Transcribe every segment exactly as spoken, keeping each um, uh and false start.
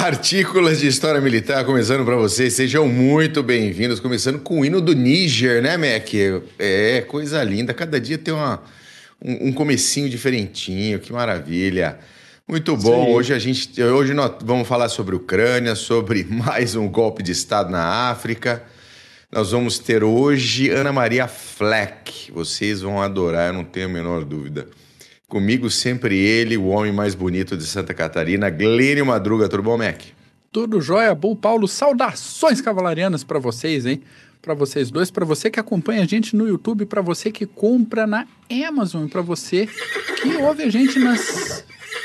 Partículas de História Militar começando para vocês, sejam muito bem-vindos, começando com o hino do Níger, né, Mac? É, coisa linda, cada dia tem uma, um, um comecinho diferentinho, que maravilha. Muito bom, hoje a gente, hoje nós vamos falar sobre Ucrânia, sobre mais um golpe de Estado na África. Nós vamos ter hoje Ana Maria Fleck, vocês vão adorar, eu não tenho a menor dúvida. Comigo sempre ele, o homem mais bonito de Santa Catarina, Glênio Madruga. Tudo bom, Mac? Tudo jóia, bom, Paulo. Saudações cavalarianas para vocês, hein? Para vocês dois, para você que acompanha a gente no YouTube, para você que compra na Amazon, para você que ouve a gente nas...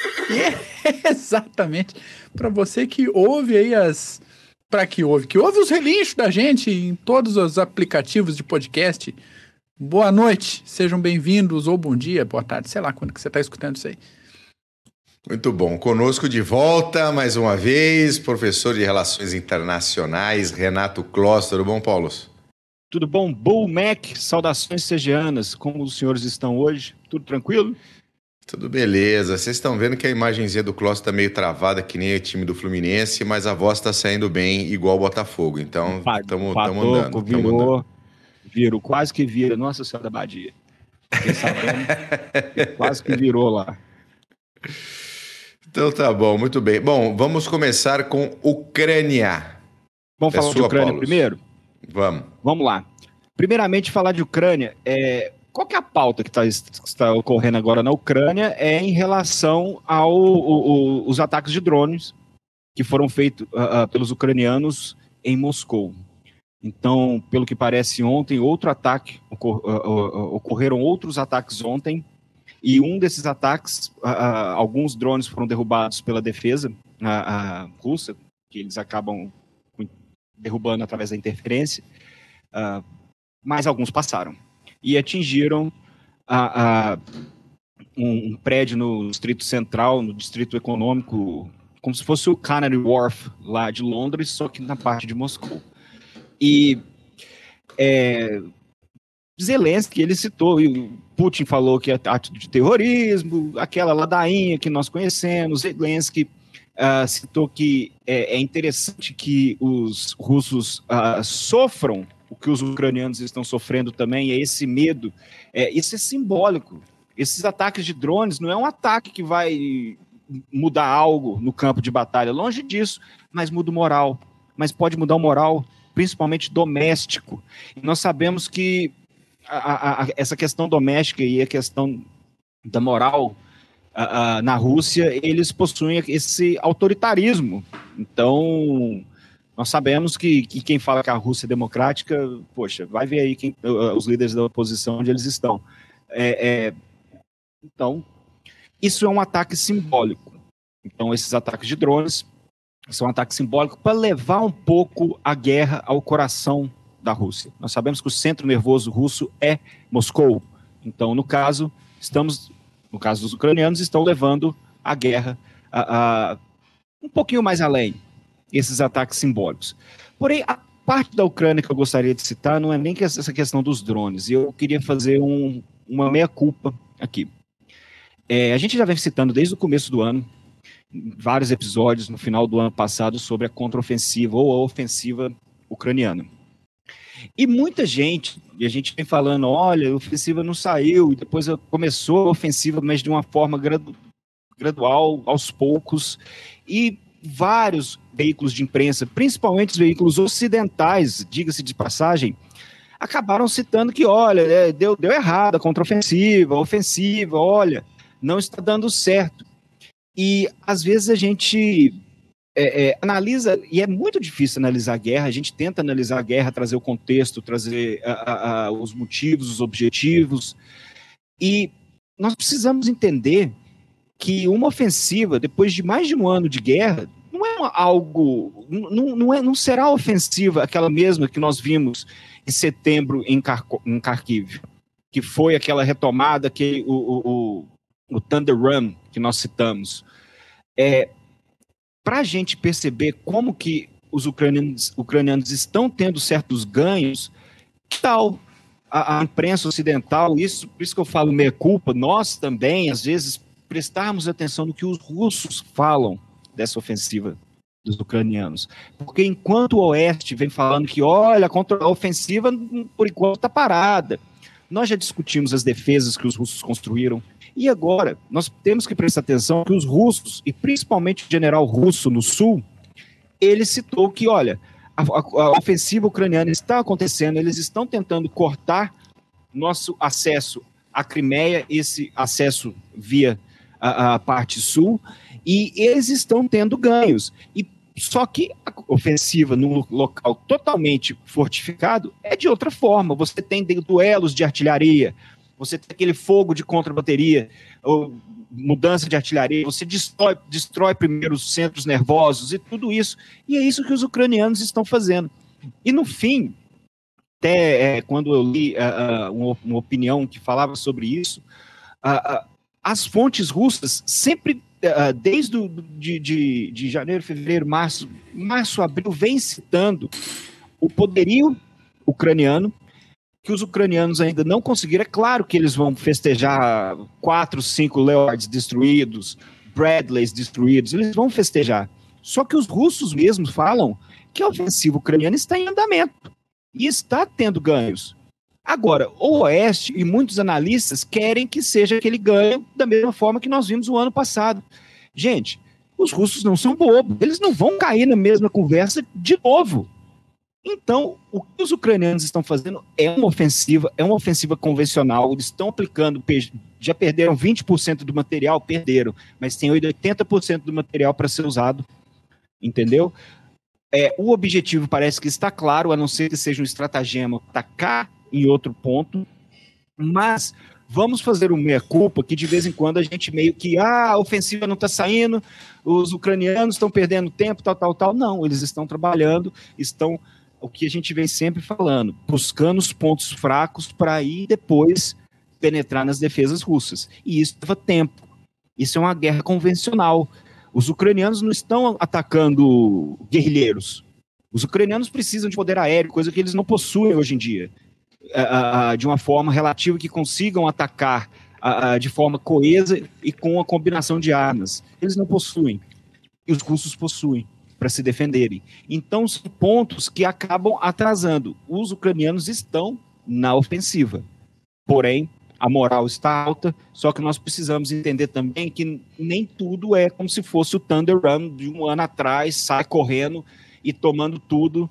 É, exatamente. Para você que ouve aí as... Para que ouve? Que ouve os relinchos da gente em todos os aplicativos de podcast. Boa noite, sejam bem-vindos, ou bom dia, boa tarde, sei lá quando que você está escutando isso aí. Muito bom, conosco de volta mais uma vez, professor de Relações Internacionais, Renato Kloss. Tudo bom, Paulo? Tudo bom, Bull Mac, saudações segianas, como os senhores estão hoje? Tudo tranquilo? Tudo beleza, vocês estão vendo que a imagenzinha do Kloss está meio travada, que nem o time do Fluminense, mas a voz está saindo bem, igual o Botafogo, então estamos andando. Virou... andando. Virou, quase que vira, Nossa Senhora da Badia. Sabendo, quase que virou lá. Então tá bom, muito bem. Bom, vamos começar com Ucrânia. Vamos é falar de Ucrânia Paulo. primeiro? Vamos. Vamos lá. Primeiramente, falar de Ucrânia. É, qual que é a pauta que está tá ocorrendo agora na Ucrânia? É em relação aos ataques de drones que foram feitos uh, uh, pelos ucranianos em Moscou. Então, pelo que parece ontem, outro ataque, ocor, uh, uh, ocorreram outros ataques ontem, e um desses ataques, uh, uh, alguns drones foram derrubados pela defesa uh, uh, russa, que eles acabam derrubando através da interferência, uh, mas alguns passaram, e atingiram uh, uh, um, um prédio no Distrito Central, no Distrito Econômico, como se fosse o Canary Wharf, lá de Londres, só que na parte de Moscou. E é, Zelensky, ele citou, e o Putin falou que é ato de terrorismo, aquela ladainha que nós conhecemos. Zelensky uh, citou que é, é interessante que os russos uh, sofram o que os ucranianos estão sofrendo também, é esse medo, é, isso é simbólico. Esses ataques de drones não é um ataque que vai mudar algo no campo de batalha, longe disso, mas muda o moral, mas pode mudar o moral principalmente doméstico. E nós sabemos que a, a, a, essa questão doméstica e a questão da moral a, a, na Rússia, eles possuem esse autoritarismo. Então, nós sabemos que, que quem fala que a Rússia é democrática, poxa, vai ver aí quem, os líderes da oposição onde eles estão. É, é, então, isso é um ataque simbólico. Então, esses ataques de drones são um ataque simbólico para levar um pouco a guerra ao coração da Rússia. Nós sabemos que o centro nervoso russo é Moscou. Então, no caso, estamos, no caso dos ucranianos, estão levando a guerra a, a, um pouquinho mais além, esses ataques simbólicos. Porém, a parte da Ucrânia que eu gostaria de citar não é nem que essa questão dos drones. Eu queria fazer um, uma meia-culpa aqui. É, a gente já vem citando desde o começo do ano vários episódios no final do ano passado sobre a contraofensiva ou a ofensiva ucraniana. E muita gente, e a gente vem falando, olha, a ofensiva não saiu, e depois começou a ofensiva, mas de uma forma gradu- gradual, aos poucos, e vários veículos de imprensa, principalmente os veículos ocidentais, diga-se de passagem, acabaram citando que, olha, é, deu, deu errado a contraofensiva, a ofensiva, olha, não está dando certo. E, às vezes, a gente é, é, analisa, e é muito difícil analisar a guerra, a gente tenta analisar a guerra, trazer o contexto, trazer a, a, a, os motivos, os objetivos, e nós precisamos entender que uma ofensiva, depois de mais de um ano de guerra, não é uma, algo, não, não, é, não será ofensiva aquela mesma que nós vimos em setembro em, Khark, em Kharkiv, que foi aquela retomada, que o, o, o o Thunder Run, que nós citamos, é, para a gente perceber como que os ucranianos, ucranianos estão tendo certos ganhos, que tal a, a imprensa ocidental, isso, por isso que eu falo meia-culpa, nós também, às vezes, prestarmos atenção no que os russos falam dessa ofensiva dos ucranianos. Porque enquanto o Oeste vem falando que, olha, a ofensiva, por enquanto, está parada. Nós já discutimos as defesas que os russos construíram. E agora, nós temos que prestar atenção que os russos, e principalmente o general russo no sul, ele citou que, olha, a, a, a ofensiva ucraniana está acontecendo, eles estão tentando cortar nosso acesso à Crimeia, esse acesso via a, a parte sul, e eles estão tendo ganhos. E só que a ofensiva num local totalmente fortificado é de outra forma. Você tem duelos de artilharia, você tem aquele fogo de contra-bateria, ou mudança de artilharia, você destrói, destrói primeiro os centros nervosos e tudo isso. E é isso que os ucranianos estão fazendo. E no fim, até é, quando eu li uh, uh, uma, uma opinião que falava sobre isso, uh, uh, as fontes russas sempre, uh, desde o, de, de, de janeiro, fevereiro, março, março, abril, vem citando o poderio ucraniano, que os ucranianos ainda não conseguiram. É claro que eles vão festejar quatro, cinco Leopards destruídos, Bradleys destruídos, eles vão festejar. Só que os russos mesmos falam que a ofensiva ucraniana está em andamento e está tendo ganhos. Agora, o Oeste e muitos analistas querem que seja aquele ganho da mesma forma que nós vimos o ano passado. Gente, os russos não são bobos, eles não vão cair na mesma conversa de novo. Então, o que os ucranianos estão fazendo é uma ofensiva, é uma ofensiva convencional, eles estão aplicando, já perderam vinte por cento do material, perderam, mas tem oitenta por cento do material para ser usado, entendeu? É, o objetivo parece que está claro, a não ser que seja um estratagema atacar em outro ponto, mas vamos fazer um meia-culpa que de vez em quando a gente meio que, ah, a ofensiva não está saindo, os ucranianos estão perdendo tempo, tal, tal, tal. Não, eles estão trabalhando, estão... o que a gente vem sempre falando, buscando os pontos fracos para ir depois penetrar nas defesas russas. E isso leva tempo. Isso é uma guerra convencional. Os ucranianos não estão atacando guerrilheiros. Os ucranianos precisam de poder aéreo, coisa que eles não possuem hoje em dia, de uma forma relativa que consigam atacar de forma coesa e com a combinação de armas. Eles não possuem. E os russos possuem, para se defenderem. Então, são pontos que acabam atrasando. Os ucranianos estão na ofensiva. Porém, a moral está alta, só que nós precisamos entender também que nem tudo é como se fosse o Thunder Run de um ano atrás, sai correndo e tomando tudo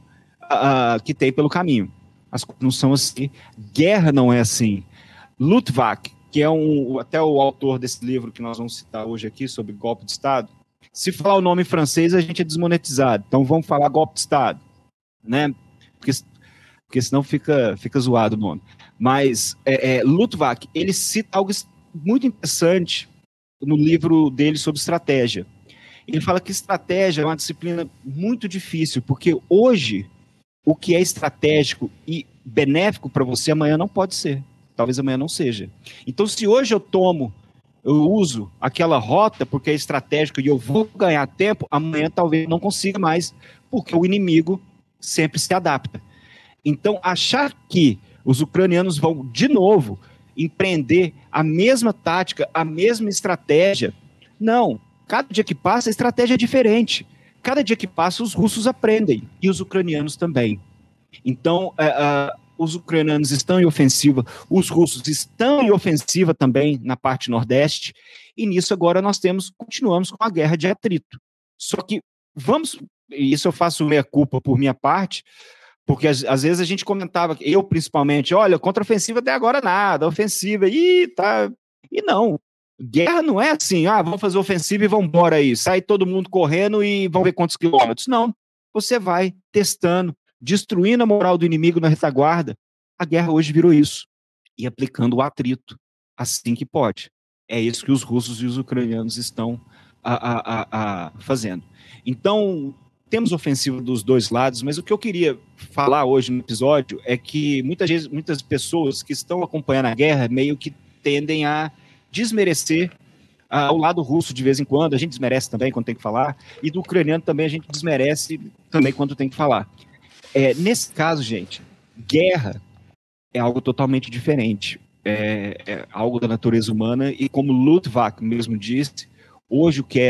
uh, que tem pelo caminho. As coisas não são assim. Guerra não é assim. Luttwak, que é um, até o autor desse livro que nós vamos citar hoje aqui, sobre golpe de Estado, se falar o nome em francês, a gente é desmonetizado. Então vamos falar golpe de Estado, né? Porque, porque senão fica, fica zoado o nome. Mas é, é, Luttwak, ele cita algo muito interessante no livro dele sobre estratégia. Ele fala que estratégia é uma disciplina muito difícil, porque hoje o que é estratégico e benéfico para você, amanhã não pode ser. Talvez amanhã não seja. Então, se hoje eu tomo eu uso aquela rota porque é estratégico e eu vou ganhar tempo, amanhã talvez não consiga mais, porque o inimigo sempre se adapta. Então, achar que os ucranianos vão, de novo, empreender a mesma tática, a mesma estratégia, não. Cada dia que passa, a estratégia é diferente. Cada dia que passa, os russos aprendem, e os ucranianos também. Então, uh, uh, os ucranianos estão em ofensiva, os russos estão em ofensiva também na parte nordeste, e nisso agora nós temos, continuamos com a guerra de atrito. Só que vamos, e isso eu faço meia-culpa por minha parte, porque às, às vezes a gente comentava, eu principalmente, olha, contra-ofensiva até agora nada, ofensiva, ih, tá... E não, guerra não é assim, ah, vamos fazer ofensiva e vamos embora aí, sai todo mundo correndo e vamos ver quantos quilômetros. Não, você vai testando, destruindo a moral do inimigo na retaguarda. A guerra hoje virou isso. E aplicando o atrito assim que pode. É isso que os russos e os ucranianos estão a, a, a, a fazendo. Então, temos ofensiva dos dois lados, mas o que eu queria falar hoje no episódio é que muitas vezes, muitas pessoas que estão acompanhando a guerra meio que tendem a desmerecer uh, o lado russo de vez em quando. A gente desmerece também quando tem que falar. E do ucraniano também a gente desmerece também quando tem que falar. É, nesse caso, gente, guerra é algo totalmente diferente. É, é algo da natureza humana e, como Luttwak mesmo disse, hoje o que é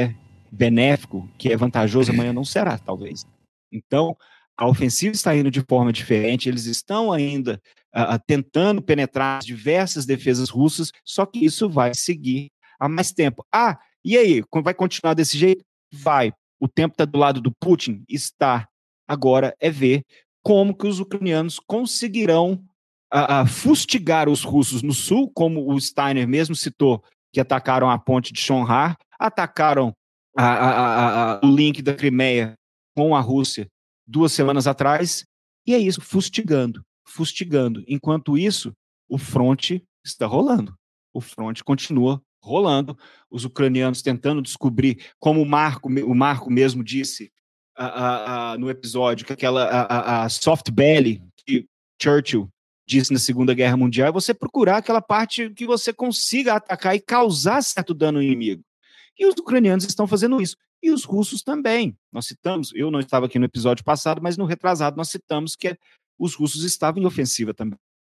benéfico, que é vantajoso, amanhã não será, talvez. Então, a ofensiva está indo de forma diferente, eles estão ainda uh, tentando penetrar as diversas defesas russas, só que isso vai seguir há mais tempo. Ah, e aí, vai continuar desse jeito? Vai. O tempo está do lado do Putin? Está. Agora é ver como que os ucranianos conseguirão uh, uh, fustigar os russos no sul, como o Steiner mesmo citou, que atacaram a ponte de Chonhar, atacaram a, a, a, a, o link da Crimeia com a Rússia duas semanas atrás, e é isso, fustigando, fustigando. Enquanto isso, o fronte está rolando. O fronte continua rolando. Os ucranianos tentando descobrir, como o Marco, o Marco mesmo disse uh, uh, uh, no episódio, que aquela a, a, a soft belly que Churchill disse na Segunda Guerra Mundial, é você procurar aquela parte que você consiga atacar e causar certo dano ao inimigo. E os ucranianos estão fazendo isso. E os russos também. Nós citamos, eu não estava aqui no episódio passado, mas no retrasado nós citamos que os russos estavam em ofensiva também.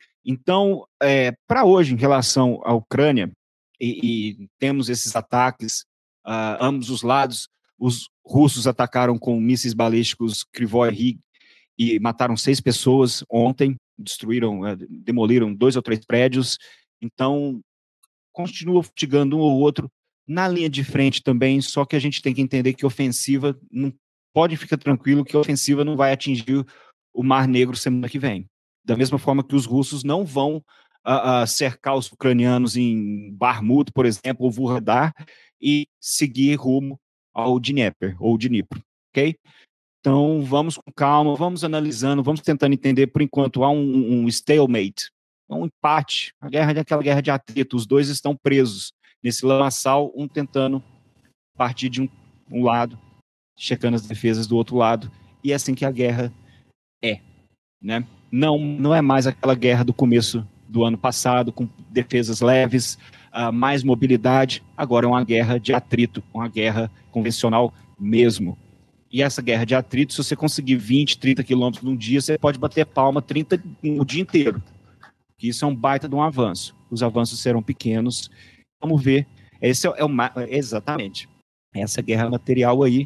Então, é, para hoje, em relação à Ucrânia, e, e temos esses ataques, uh, ambos os lados, os russos atacaram com mísseis balísticos Kryvyi Rih e mataram seis pessoas ontem, destruíram, uh, demoliram dois ou três prédios, então continua fustigando um ou outro. Na linha de frente também, só que a gente tem que entender que ofensiva, não pode ficar tranquilo que a ofensiva não vai atingir o Mar Negro semana que vem. Da mesma forma que os russos não vão uh, uh, cercar os ucranianos em Bakhmut, por exemplo, ou Vuhledar, e seguir rumo ao Dnieper, ou Dnipro, ok? Então, vamos com calma, vamos analisando, vamos tentando entender, por enquanto, há um, um stalemate, um empate, a guerra é aquela guerra de atrito, os dois estão presos nesse lamaçal, um tentando partir de um, um lado, checando as defesas do outro lado, e é assim que a guerra é, né? Não, não é mais aquela guerra do começo do ano passado, com defesas leves, uh, mais mobilidade, agora é uma guerra de atrito, uma guerra convencional mesmo. E essa guerra de atrito, se você conseguir vinte, trinta quilômetros num dia, você pode bater palma trinta o dia inteiro. Isso é um baita de um avanço. Os avanços serão pequenos. Vamos ver. Esse é, é o exatamente essa guerra material aí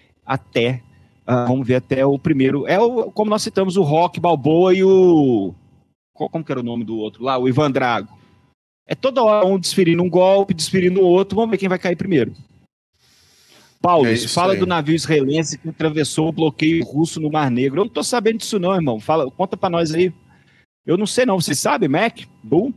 até uh, vamos ver até o primeiro. É o, como nós citamos o Rock Balboa e o qual, como que era o nome do outro lá, o Ivan Drago. É toda hora um desferindo um golpe, desferindo o outro. Vamos ver quem vai cair primeiro. Paulo, é fala aí do navio israelense que atravessou o bloqueio russo no Mar Negro. Eu não tô sabendo disso não, irmão. Fala, conta para nós aí. Eu não sei não. Você sabe, Mac? Bull?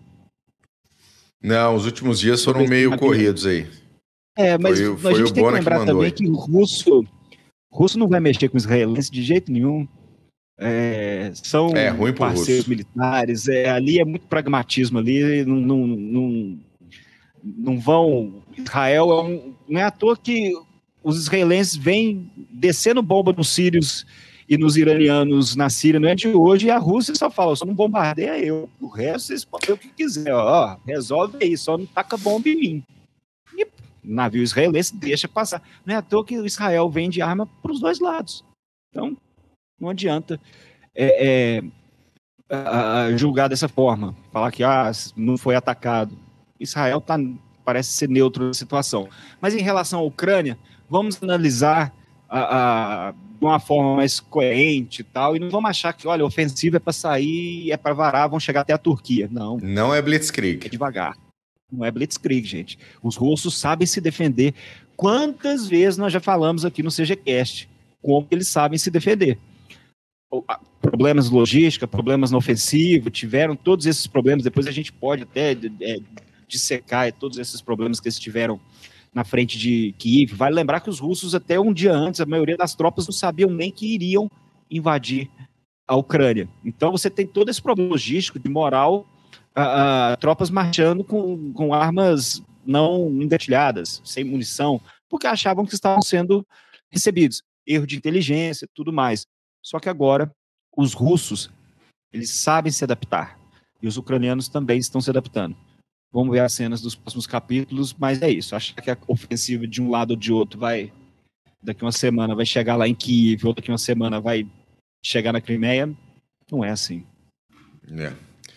Não, os últimos dias foram meio corridos aí. É, mas foi, foi a gente tem que lembrar que também aí. que o russo, o russo não vai mexer com o israelense de jeito nenhum. É, são é, ruim parceiros militares. É, ali é muito pragmatismo ali. Não, não, não, não vão. Israel é um, não é à toa que os israelenses vêm descendo bomba nos sírios e nos iranianos na Síria, não é de hoje, e a Rússia só fala, só não bombardeia eu, o resto vocês podem ver o que quiser, ó, resolve aí, só não taca bomba em mim. E o navio israelense deixa passar. Não é à toa que o Israel vende arma para os dois lados. Então, não adianta é, é, a, a julgar dessa forma, falar que ah, não foi atacado. Israel tá, parece ser neutro na situação. Mas em relação à Ucrânia, vamos analisar a, a, de uma forma mais coerente e tal, e não vamos achar que, olha, a ofensiva é para sair, é para varar, vão chegar até a Turquia. Não. Não é blitzkrieg. É devagar. Não é blitzkrieg, gente. Os russos sabem se defender. Quantas vezes nós já falamos aqui no CGCast como eles sabem se defender? Problemas de logística, problemas na ofensiva, tiveram todos esses problemas, depois a gente pode até é, dissecar todos esses problemas que eles tiveram na frente de Kiev. Vale lembrar que os russos, até um dia antes, a maioria das tropas não sabiam nem que iriam invadir a Ucrânia. Então você tem todo esse problema logístico, de moral, uh, uh, tropas marchando com, com armas não engatilhadas, sem munição, porque achavam que estavam sendo recebidos. Erro de inteligência, tudo mais. Só que agora, os russos, eles sabem se adaptar. E os ucranianos também estão se adaptando. Vamos ver as cenas dos próximos capítulos, mas é isso. Acho que a ofensiva de um lado ou de outro vai, daqui uma semana, vai chegar lá em Kiev, ou daqui uma semana vai chegar na Crimeia. Não é assim. É.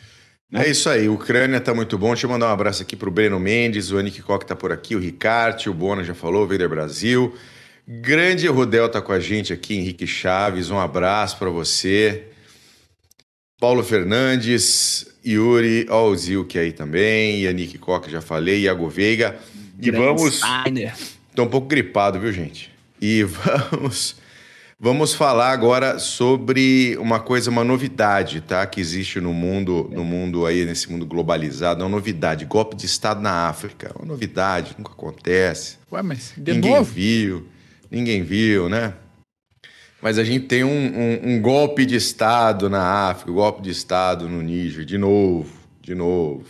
né? É isso aí, Ucrânia tá muito bom. Deixa eu mandar um abraço aqui pro Breno Mendes, o Anik Koch tá por aqui, o Ricarte, o Bona já falou, o Vader Brasil. Grande Rodel tá com a gente aqui, Henrique Chaves, um abraço para você. Paulo Fernandes, Yuri, ó o Zilke aí também, Yannick Koch, já falei, Iago Veiga. E vamos... Steiner. Tô um pouco gripado, viu, gente? E vamos... Vamos falar agora sobre uma coisa, uma novidade, tá? Que existe no mundo, no mundo aí, nesse mundo globalizado. É uma novidade, golpe de Estado na África. É uma novidade, nunca acontece. Ué, mas de Ninguém novo? viu, ninguém viu, né? Mas a gente tem um, um, um golpe de Estado na África, um golpe de Estado no Níger, de novo, de novo.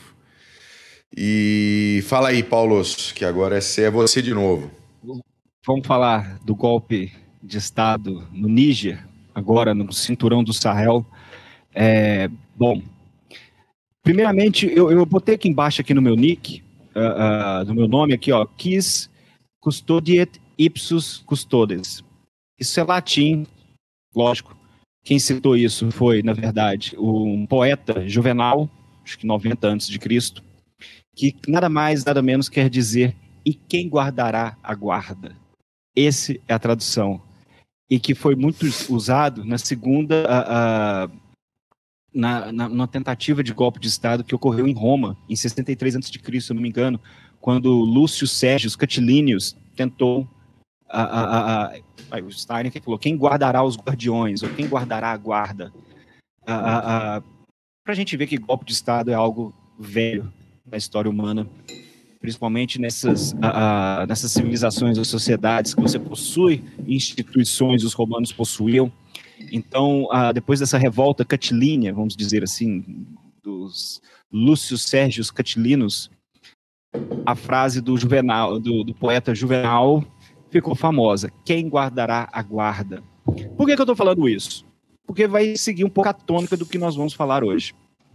E fala aí, Paulo, que agora é, é você de novo. Vamos falar do golpe de Estado no Níger, agora no cinturão do Sahel. É, bom, primeiramente, eu, eu botei aqui embaixo, aqui no meu nick, uh, uh, no meu nome aqui, ó, Quis Custodiet Ipsus Custodes. Isso é latim, lógico. Quem citou isso foi, na verdade, um poeta Juvenal, acho que noventa antes de Cristo, que nada mais, nada menos quer dizer e quem guardará a guarda. Essa é a tradução. E que foi muito usado na segunda, uh, uh, na, na, na tentativa de golpe de Estado que ocorreu em Roma, em sessenta e três antes de Cristo, se eu não me engano, quando Lúcio Sérgio Catilínios tentou, uh, uh, uh, uh, o Steiner que falou, quem guardará os guardiões, ou quem guardará a guarda. Uh, uh, uh, para a gente ver que golpe de Estado é algo velho na história humana, principalmente nessas, uh, nessas civilizações ou sociedades que você possui instituições, os romanos possuíam. Então, uh, depois dessa revolta catilínea, vamos dizer assim, dos Lúcio Sérgios Catilinos, a frase do, Juvenal, do, do poeta Juvenal ficou famosa, quem guardará a guarda? Por que, que eu estou falando isso? Porque vai seguir um pouco a tônica do que nós vamos falar hoje.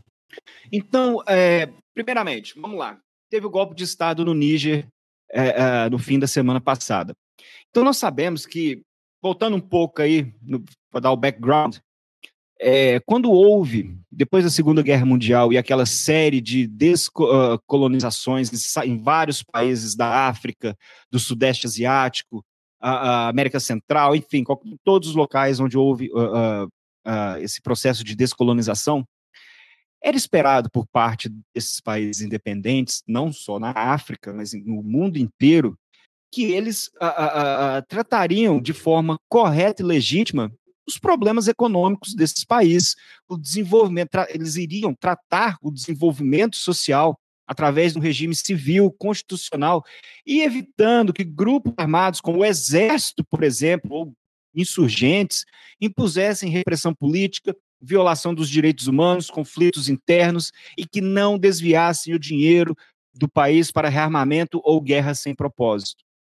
Então, é, primeiramente, vamos lá. Teve o golpe de Estado no Níger é, é, no fim da semana passada. Então, nós sabemos que, voltando um pouco aí, para dar o background, é, quando houve, depois da Segunda Guerra Mundial e aquela série de descolonizações em, em vários países da África, do Sudeste Asiático, a, a América Central, enfim, todos os locais onde houve uh, uh, uh, esse processo de descolonização, era esperado por parte desses países independentes, não só na África, mas no mundo inteiro, que eles a, a, a, tratariam de forma correta e legítima os problemas econômicos desses países. O desenvolvimento, eles iriam tratar o desenvolvimento social através de um regime civil, constitucional, e evitando que grupos armados como o Exército, por exemplo, ou insurgentes, impusessem repressão política, violação dos direitos humanos, conflitos internos e que não desviassem o dinheiro do país para rearmamento ou guerra sem propósito.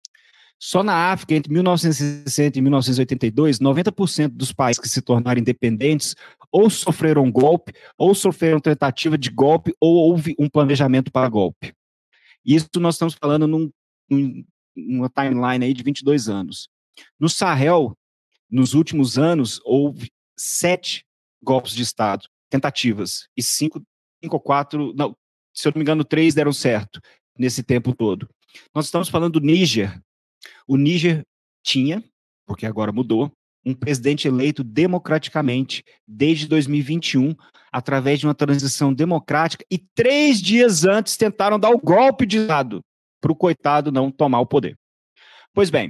Só na África, entre mil novecentos e sessenta e mil novecentos e oitenta e dois, noventa por cento dos países que se tornaram independentes ou sofreram golpe, ou sofreram tentativa de golpe, ou houve um planejamento para golpe. Isso nós estamos falando num, num, numa timeline aí de vinte e dois anos. No Sahel, nos últimos anos, houve sete golpes de Estado, tentativas, e cinco, cinco ou quatro, não, se eu não me engano, três deram certo nesse tempo todo. Nós estamos falando do Níger. O Níger tinha, porque agora mudou, um presidente eleito democraticamente desde dois mil e vinte e um, através de uma transição democrática, e três dias antes tentaram dar o golpe de Estado para o coitado não tomar o poder. Pois bem,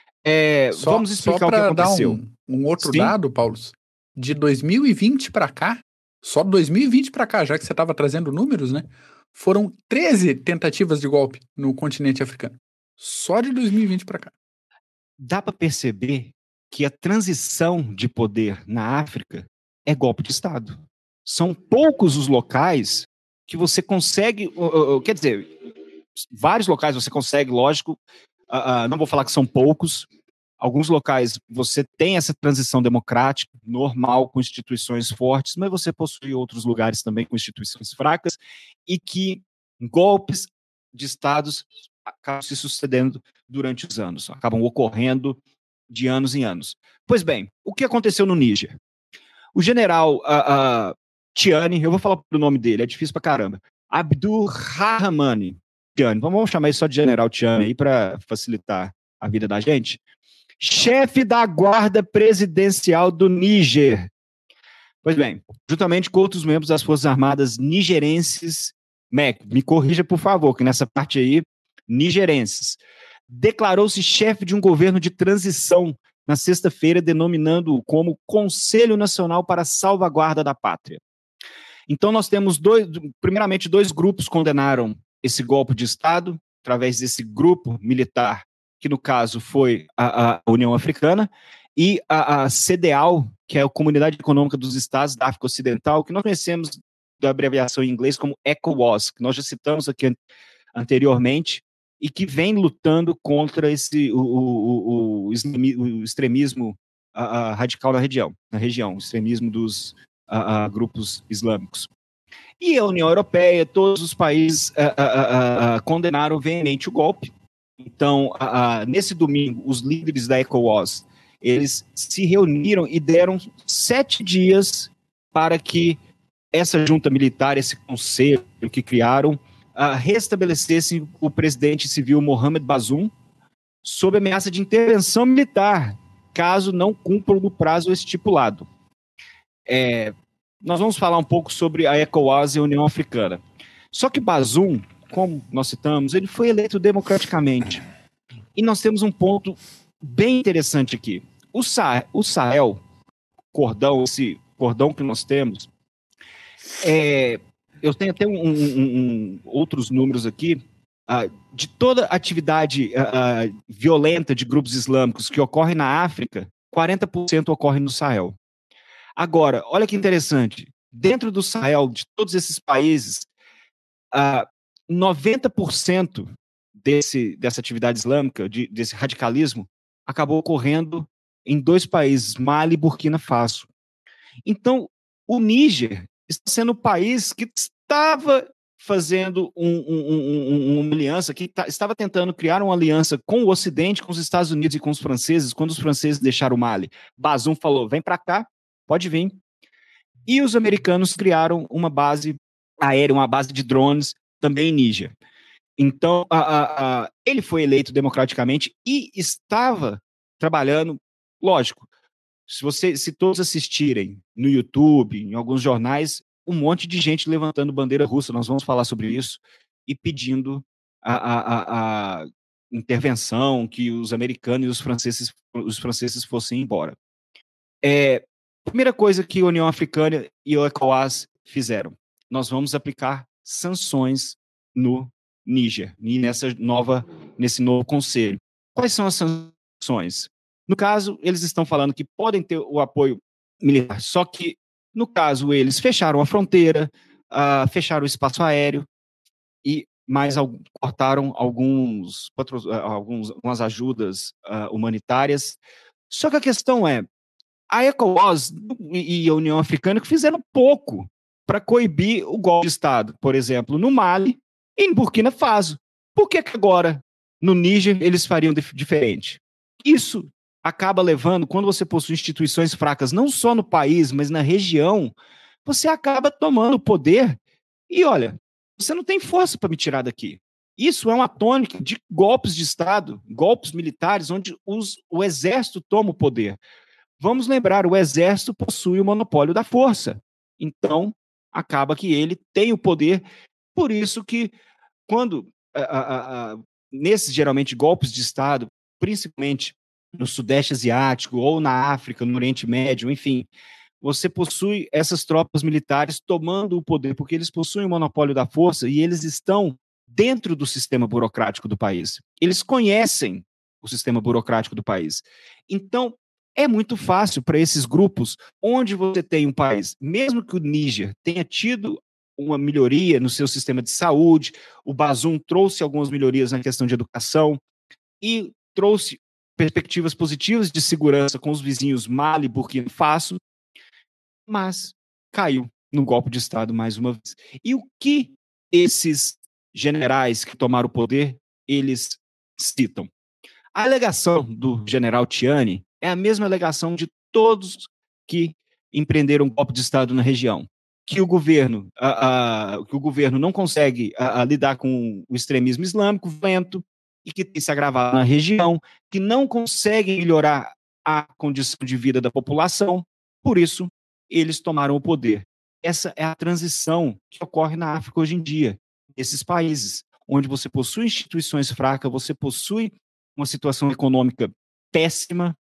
é, só, vamos explicar o que aconteceu. Dar um, um outro Sim? dado, Paulo, de dois mil e vinte para cá, só dois mil e vinte para cá, já que você estava trazendo números, né? Foram treze tentativas de golpe no continente africano. Só de dois mil e vinte para cá. Dá para perceber que a transição de poder na África é golpe de Estado. São poucos os locais que você consegue, uh, uh, quer dizer, vários locais você consegue, lógico, uh, uh, não vou falar que são poucos. Alguns locais você tem essa transição democrática, normal, com instituições fortes, mas você possui outros lugares também com instituições fracas e que golpes de estados acabam se sucedendo durante os anos, acabam ocorrendo de anos em anos. Pois bem, o que aconteceu no Níger? O general uh, uh, Tiani, eu vou falar o nome dele, é difícil pra caramba. Abdurrahman Tiani, vamos chamar ele só de General Tiani aí para facilitar a vida da gente. Chefe da guarda presidencial do Níger. Pois bem, juntamente com outros membros das Forças Armadas nigerenses, Mac, me corrija por favor, que nessa parte aí, nigerenses, declarou-se chefe de um governo de transição na sexta-feira, denominando-o como Conselho Nacional para a Salvaguarda da Pátria. Então nós temos dois, primeiramente dois grupos condenaram esse golpe de Estado, através desse grupo militar, que no caso foi a, a União Africana, e a, a CEDEAW, que é a Comunidade Econômica dos Estados da África Ocidental, que nós conhecemos da abreviação em inglês como ECOWAS, que nós já citamos aqui anteriormente, e que vem lutando contra esse, o, o, o, o extremismo a, a, radical na região, na região, o extremismo dos a, a, grupos islâmicos. E a União Europeia, todos os países a, a, a, a, condenaram veemente o golpe. Então, a, a, nesse domingo, os líderes da ECOWAS, eles se reuniram e deram sete dias para que essa junta militar, esse conselho que criaram, uh, restabelecesse o presidente civil Mohamed Bazoum sob ameaça de intervenção militar, caso não cumpram no prazo estipulado. É, nós vamos falar um pouco sobre a ECOWAS e a União Africana. Só que Bazoum, como nós citamos, ele foi eleito democraticamente. E nós temos um ponto bem interessante aqui. O, Sa- o Sahel, cordão, esse cordão que nós temos, é, eu tenho até um, um, um, outros números aqui, uh, de toda atividade uh, violenta de grupos islâmicos que ocorre na África, quarenta por cento ocorre no Sahel. Agora, olha que interessante, dentro do Sahel, de todos esses países, uh, noventa por cento desse, dessa atividade islâmica, de, desse radicalismo, acabou ocorrendo em dois países, Mali e Burkina Faso. Então, o Níger está sendo o país que estava fazendo um, um, um, uma aliança, que tá, estava tentando criar uma aliança com o Ocidente, com os Estados Unidos e com os franceses, quando os franceses deixaram o Mali. Bazoum falou, vem para cá, pode vir. E os americanos criaram uma base aérea, uma base de drones, também em Níger. Então, a, a, a, ele foi eleito democraticamente e estava trabalhando, lógico, se, você, se todos assistirem no YouTube, em alguns jornais, um monte de gente levantando bandeira russa, nós vamos falar sobre isso, e pedindo a, a, a, a intervenção, que os americanos e os franceses, os franceses fossem embora. É, primeira coisa que a União Africana e o ECOWAS fizeram, nós vamos aplicar sanções no Níger, e nessa nova, nesse novo conselho. Quais são as sanções? No caso, eles estão falando que podem ter o apoio militar, só que, no caso, eles fecharam a fronteira, uh, fecharam o espaço aéreo e mais cortaram alguns, uh, alguns, algumas ajudas uh, humanitárias. Só que a questão é, a ECOWAS e a União Africana que fizeram pouco para coibir o golpe de Estado, por exemplo, no Mali e em Burkina Faso. Por que que agora, no Níger, eles fariam diferente? Isso acaba levando, quando você possui instituições fracas, não só no país, mas na região, você acaba tomando o poder e, olha, você não tem força para me tirar daqui. Isso é uma tônica de golpes de Estado, golpes militares, onde os, o exército toma o poder. Vamos lembrar, o exército possui o monopólio da força. Então, acaba que ele tem o poder. Por isso que, quando, a, a, a, nesses, geralmente, golpes de Estado, principalmente no Sudeste Asiático, ou na África, no Oriente Médio, enfim, você possui essas tropas militares tomando o poder, porque eles possuem o monopólio da força e eles estão dentro do sistema burocrático do país. Eles conhecem o sistema burocrático do país. Então, é muito fácil para esses grupos, onde você tem um país, mesmo que o Níger tenha tido uma melhoria no seu sistema de saúde, o Bazoum trouxe algumas melhorias na questão de educação e trouxe perspectivas positivas de segurança com os vizinhos Mali e Burkina Faso, mas caiu no golpe de Estado mais uma vez. E o que esses generais que tomaram o poder, eles citam? A alegação do general Tiani é a mesma alegação de todos que empreenderam um golpe de Estado na região, que o governo, a, a, que o governo não consegue a, a lidar com o extremismo islâmico violento e que tem se agravado na região, que não consegue melhorar a condição de vida da população, por isso eles tomaram o poder. Essa é a transição que ocorre na África hoje em dia, nesses países, onde você possui instituições fracas, você possui uma situação econômica péssima,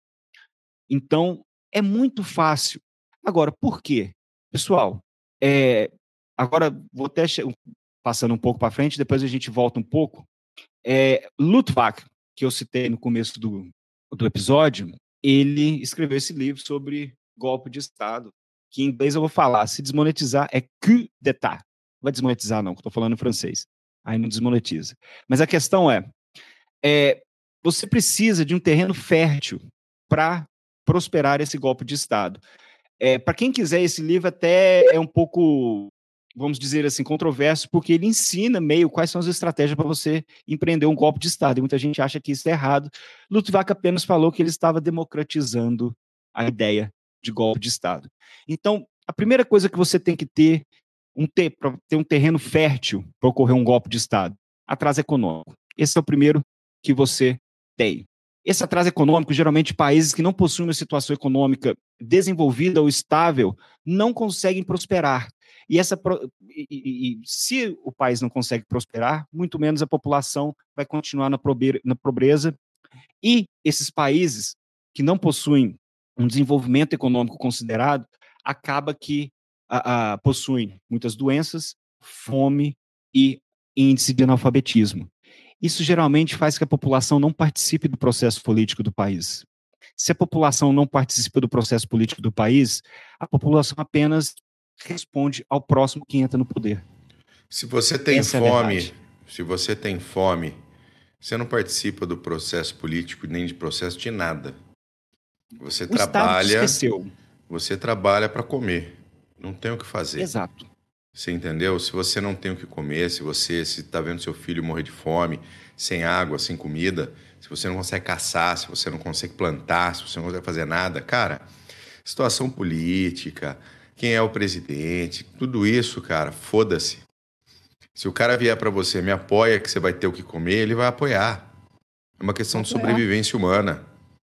então é muito fácil. Agora, por quê? Pessoal, é, agora vou até passando um pouco para frente, depois a gente volta um pouco. É, Luttwak, que eu citei no começo do, do episódio, ele escreveu esse livro sobre golpe de Estado, que em inglês eu vou falar, se desmonetizar é coup d'état. Não vai desmonetizar não, que eu estou falando em francês. Aí não desmonetiza. Mas a questão é, é você precisa de um terreno fértil para prosperar esse golpe de Estado. É, para quem quiser, esse livro até é um pouco, vamos dizer assim, controverso, porque ele ensina meio quais são as estratégias para você empreender um golpe de Estado. E muita gente acha que isso é errado. Luttwak apenas falou que ele estava democratizando a ideia de golpe de Estado. Então, a primeira coisa que você tem que ter, um ter para ter um terreno fértil para ocorrer um golpe de Estado, atraso econômico. Esse é o primeiro que você tem. Esse atraso econômico, geralmente países que não possuem uma situação econômica desenvolvida ou estável, não conseguem prosperar. E, essa, e, e, e se o país não consegue prosperar, muito menos a população vai continuar na, probe, na pobreza. E esses países que não possuem um desenvolvimento econômico considerado, acaba que a, a, possuem muitas doenças, fome e índice de analfabetismo. Isso geralmente faz que a população não participe do processo político do país. Se a população não participa do processo político do país, a população apenas responde ao próximo que entra no poder. Se você tem Essa fome, é se você tem fome, você não participa do processo político nem de processo de nada. Você o trabalha, Estado esqueceu. Você trabalha para comer. Não tem o que fazer. Exato. Você entendeu? Se você não tem o que comer, se você se está vendo seu filho morrer de fome, sem água, sem comida, se você não consegue caçar, se você não consegue plantar, se você não consegue fazer nada, cara, situação política, quem é o presidente, tudo isso, cara, foda-se. Se o cara vier para você, me apoia que você vai ter o que comer, ele vai apoiar. É uma questão de sobrevivência humana.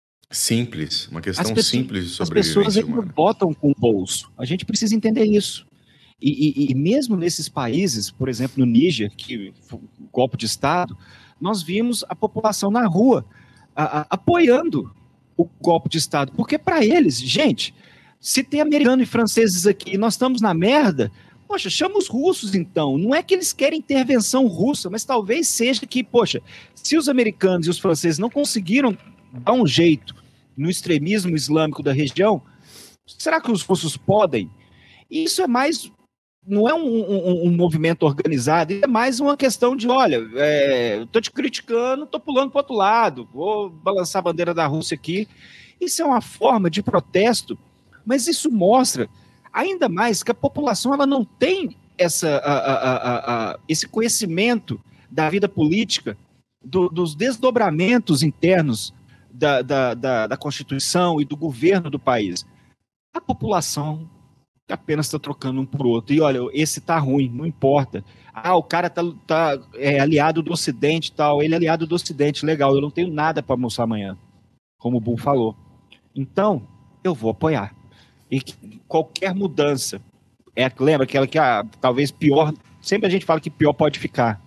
Simples, uma questão pessoas, simples de sobrevivência humana. As pessoas humana. botam com o bolso. A gente precisa entender isso. E, e, e mesmo nesses países, por exemplo, no Níger, que foi um golpe de Estado, nós vimos a população na rua a, a, apoiando o golpe de Estado. Porque para eles, gente, se tem americanos e franceses aqui e nós estamos na merda, poxa, chama os russos então. Não é que eles querem intervenção russa, mas talvez seja que, poxa, se os americanos e os franceses não conseguiram dar um jeito no extremismo islâmico da região, será que os russos podem? Isso é mais... Não é um, um, um movimento organizado, é mais uma questão de, olha, é, tô te criticando, tô pulando para outro lado, vou balançar a bandeira da Rússia aqui. Isso é uma forma de protesto, mas isso mostra ainda mais que a população ela não tem essa, a, a, a, a, esse conhecimento da vida política, do, dos desdobramentos internos da, da, da, da Constituição e do governo do país. A população apenas está trocando um por outro. E olha, esse tá ruim, não importa. Ah, o cara tá, tá é, aliado do Ocidente e tal, ele é aliado do Ocidente, legal, eu não tenho nada para mostrar amanhã, como o Bull falou. Então, eu vou apoiar. E qualquer mudança, é, lembra aquela que ah, talvez pior, sempre a gente fala que pior pode ficar,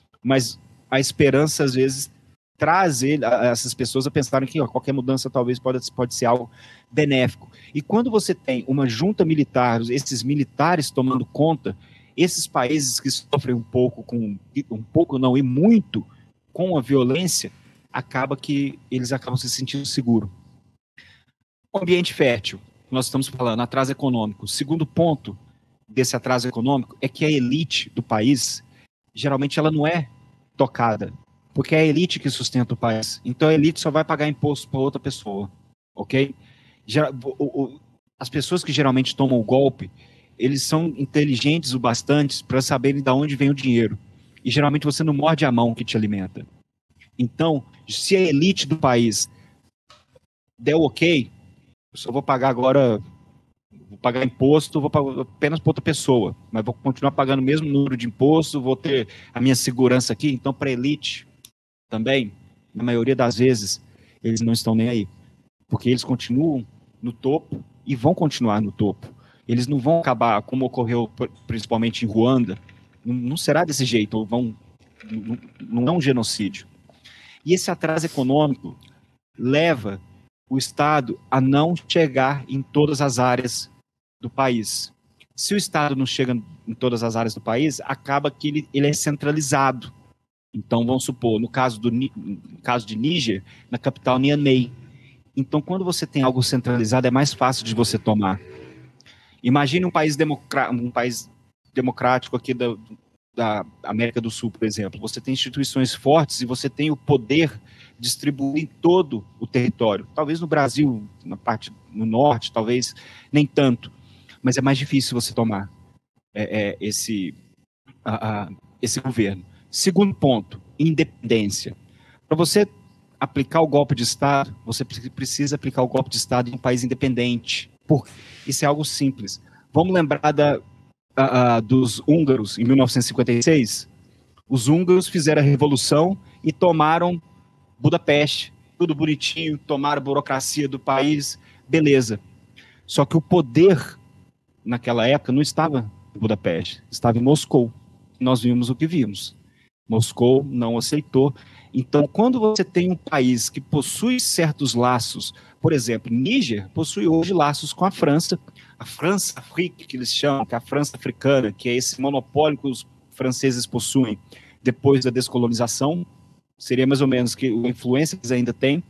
mas a esperança às vezes traz ele, essas pessoas a pensarem que ó, qualquer mudança talvez pode, pode ser algo benéfico. E quando você tem uma junta militar, esses militares tomando conta, esses países que sofrem um pouco, com, um pouco não, e muito com a violência, acaba que eles acabam se sentindo seguros. O ambiente fértil, nós estamos falando, atraso econômico. O segundo ponto desse atraso econômico é que a elite do país, geralmente ela não é tocada, porque é a elite que sustenta o país. Então a elite só vai pagar imposto para outra pessoa, ok? As pessoas que geralmente tomam o golpe, eles são inteligentes o bastante para saberem de onde vem o dinheiro. E geralmente você não morde a mão que te alimenta. Então, se a elite do país der o ok, eu só vou pagar agora, vou pagar imposto, vou pagar apenas para outra pessoa, mas vou continuar pagando o mesmo número de imposto, vou ter a minha segurança aqui. Então, para a elite também, na maioria das vezes, eles não estão nem aí, porque eles continuam no topo e vão continuar no topo. Eles não vão acabar, como ocorreu principalmente em Ruanda, não, não será desse jeito, vão, não, não é um genocídio. E esse atraso econômico leva o Estado a não chegar em todas as áreas do país. Se o Estado não chega em todas as áreas do país, acaba que ele, ele é centralizado. Então, vamos supor, no caso, do, no caso de Níger, na capital Niamey. Então, quando você tem algo centralizado, é mais fácil de você tomar. Imagine um país, democra- um país democrático aqui da, da América do Sul, por exemplo. Você tem instituições fortes e você tem o poder distribuído em todo o território. Talvez no Brasil, na parte no norte, talvez nem tanto. Mas é mais difícil você tomar é, é, esse, a, a, esse governo. Segundo ponto, independência. Para você aplicar o golpe de Estado, você precisa aplicar o golpe de Estado em um país independente. Por isso é algo simples. Vamos lembrar da, a, a, dos húngaros em mil novecentos e cinquenta e seis? Os húngaros fizeram a revolução e tomaram Budapeste, tudo bonitinho, tomaram a burocracia do país, beleza. Só que o poder, naquela época, não estava em Budapeste, estava em Moscou. Nós vimos o que vimos. Moscou não aceitou. Então, quando você tem um país que possui certos laços, por exemplo, Níger possui hoje laços com a França, a França Afrique, que eles chamam, que é a França africana, que é esse monopólio que os franceses possuem depois da descolonização, seria mais ou menos que a influência que eles ainda têm,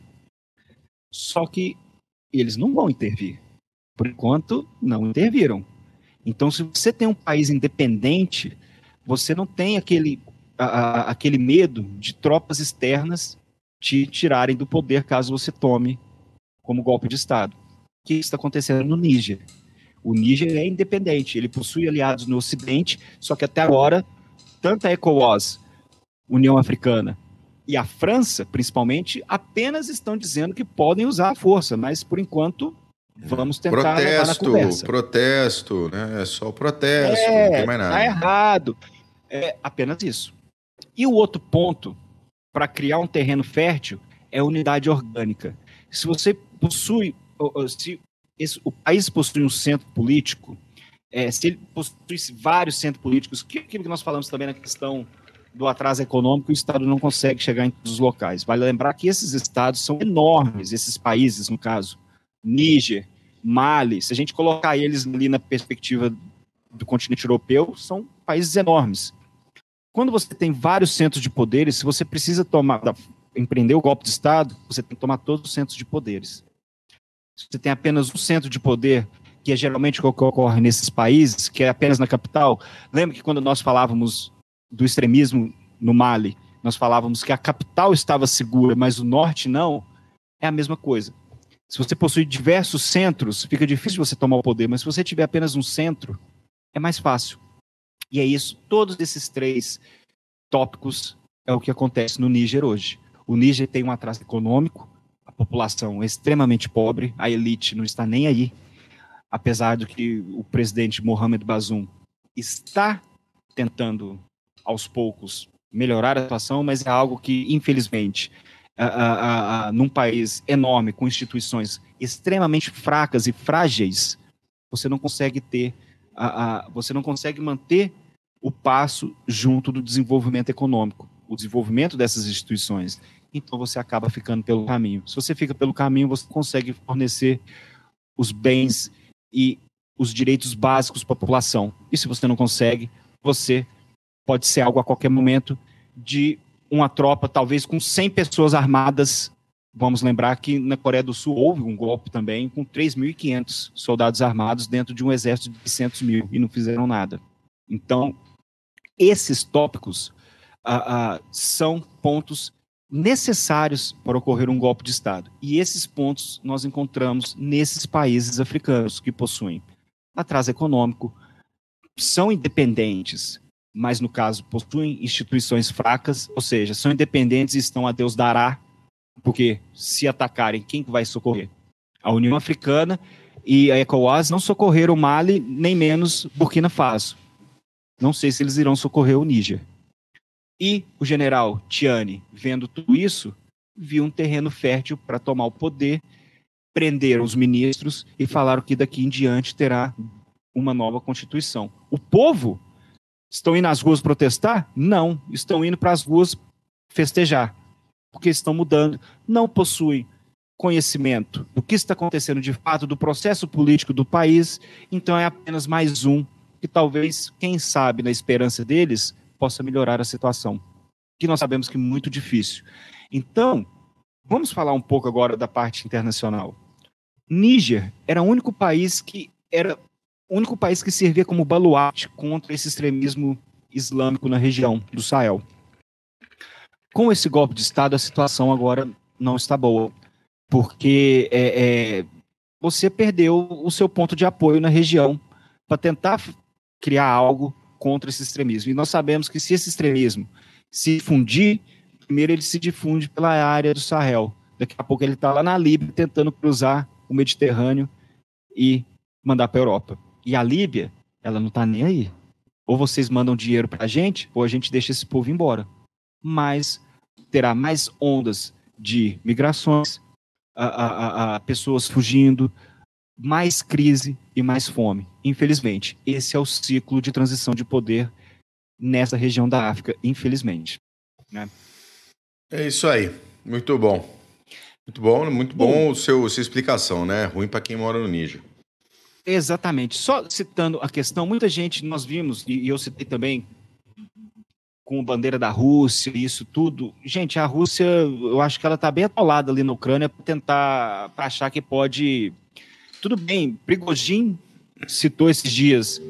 só que eles não vão intervir. Por enquanto, não interviram. Então, se você tem um país independente, você não tem aquele, a, a, aquele medo de tropas externas te tirarem do poder caso você tome como golpe de Estado. O que está acontecendo no Níger? O Níger é independente, ele possui aliados no Ocidente, só que até agora, tanto a ECOWAS, União Africana, e a França, principalmente, apenas estão dizendo que podem usar a força, mas, por enquanto, vamos tentar protesto, levar na conversa. Protesto, né? É só o protesto, é, não tem mais nada. Tá errado. É apenas isso. E o outro ponto, para criar um terreno fértil, é a unidade orgânica. Se você possui, se esse, o país possui um centro político, é, se ele possui vários centros políticos, que aquilo que nós falamos também na questão do atraso econômico, o Estado não consegue chegar em todos os locais. Vale lembrar que esses estados são enormes, esses países, no caso, Níger, Mali, se a gente colocar eles ali na perspectiva do continente europeu, são países enormes. Quando você tem vários centros de poderes, se você precisa tomar, empreender o golpe de Estado, você tem que tomar todos os centros de poderes. Se você tem apenas um centro de poder, que é geralmente o que ocorre nesses países, que é apenas na capital, lembra que quando nós falávamos do extremismo no Mali, nós falávamos que a capital estava segura, mas o norte não, é a mesma coisa. Se você possui diversos centros, fica difícil você tomar o poder, mas se você tiver apenas um centro, é mais fácil. E é isso, todos esses três tópicos é o que acontece no Níger hoje. O Níger tem um atraso econômico, a população é extremamente pobre, a elite não está nem aí, apesar do que o presidente Mohamed Bazoum está tentando aos poucos melhorar a situação, mas é algo que, infelizmente, a, a, a, num país enorme, com instituições extremamente fracas e frágeis, você não consegue ter, a, a, você não consegue manter o passo junto do desenvolvimento econômico, o desenvolvimento dessas instituições. Então você acaba ficando pelo caminho. Se você fica pelo caminho, você consegue fornecer os bens e os direitos básicos para a população. E se você não consegue, você pode ser algo a qualquer momento de uma tropa, talvez com cem pessoas armadas. Vamos lembrar que na Coreia do Sul houve um golpe também com três mil e quinhentos soldados armados dentro de um exército de seiscentos mil e não fizeram nada. Então, esses tópicos ah, ah, são pontos necessários para ocorrer um golpe de Estado. E esses pontos nós encontramos nesses países africanos que possuem atraso econômico, são independentes, mas no caso possuem instituições fracas, ou seja, são independentes e estão a Deus dará, porque se atacarem, quem vai socorrer? A União Africana e a ECOWAS não socorreram o Mali, nem menos Burkina Faso. Não sei se eles irão socorrer o Níger. E o general Tiani, vendo tudo isso, viu um terreno fértil para tomar o poder, prenderam os ministros e falaram que daqui em diante terá uma nova Constituição. O povo estão indo às ruas protestar? Não, estão indo para as ruas festejar, porque estão mudando, não possuem conhecimento do que está acontecendo de fato, do processo político do país, então é apenas mais um que talvez, quem sabe, na esperança deles, possa melhorar a situação, que nós sabemos que é muito difícil. Então, vamos falar um pouco agora da parte internacional. Níger era o único país que era o único país que servia como baluarte contra esse extremismo islâmico na região do Sahel. Com esse golpe de Estado, a situação agora não está boa, porque é, é, você perdeu o seu ponto de apoio na região para tentar criar algo contra esse extremismo. E nós sabemos que se esse extremismo se difundir, primeiro ele se difunde pela área do Sahel. Daqui a pouco ele está lá na Líbia tentando cruzar o Mediterrâneo e mandar para a Europa. E a Líbia, ela não está nem aí. Ou vocês mandam dinheiro para a gente, ou a gente deixa esse povo embora. Mas terá mais ondas de migrações, a, a, a, a pessoas fugindo, mais crise e mais fome. Infelizmente, esse é o ciclo de transição de poder nessa região da África, infelizmente. Né? É isso aí. Muito bom. Muito bom, muito bom, bom o seu, sua explicação, né? Ruim para quem mora no Níger. Exatamente. Só citando a questão, muita gente, nós vimos, e eu citei também, com a bandeira da Rússia, isso tudo. Gente, a Rússia, eu acho que ela está bem atolada ali na Ucrânia para tentar, para achar que pode... Tudo bem, Prigozhin citou esses dias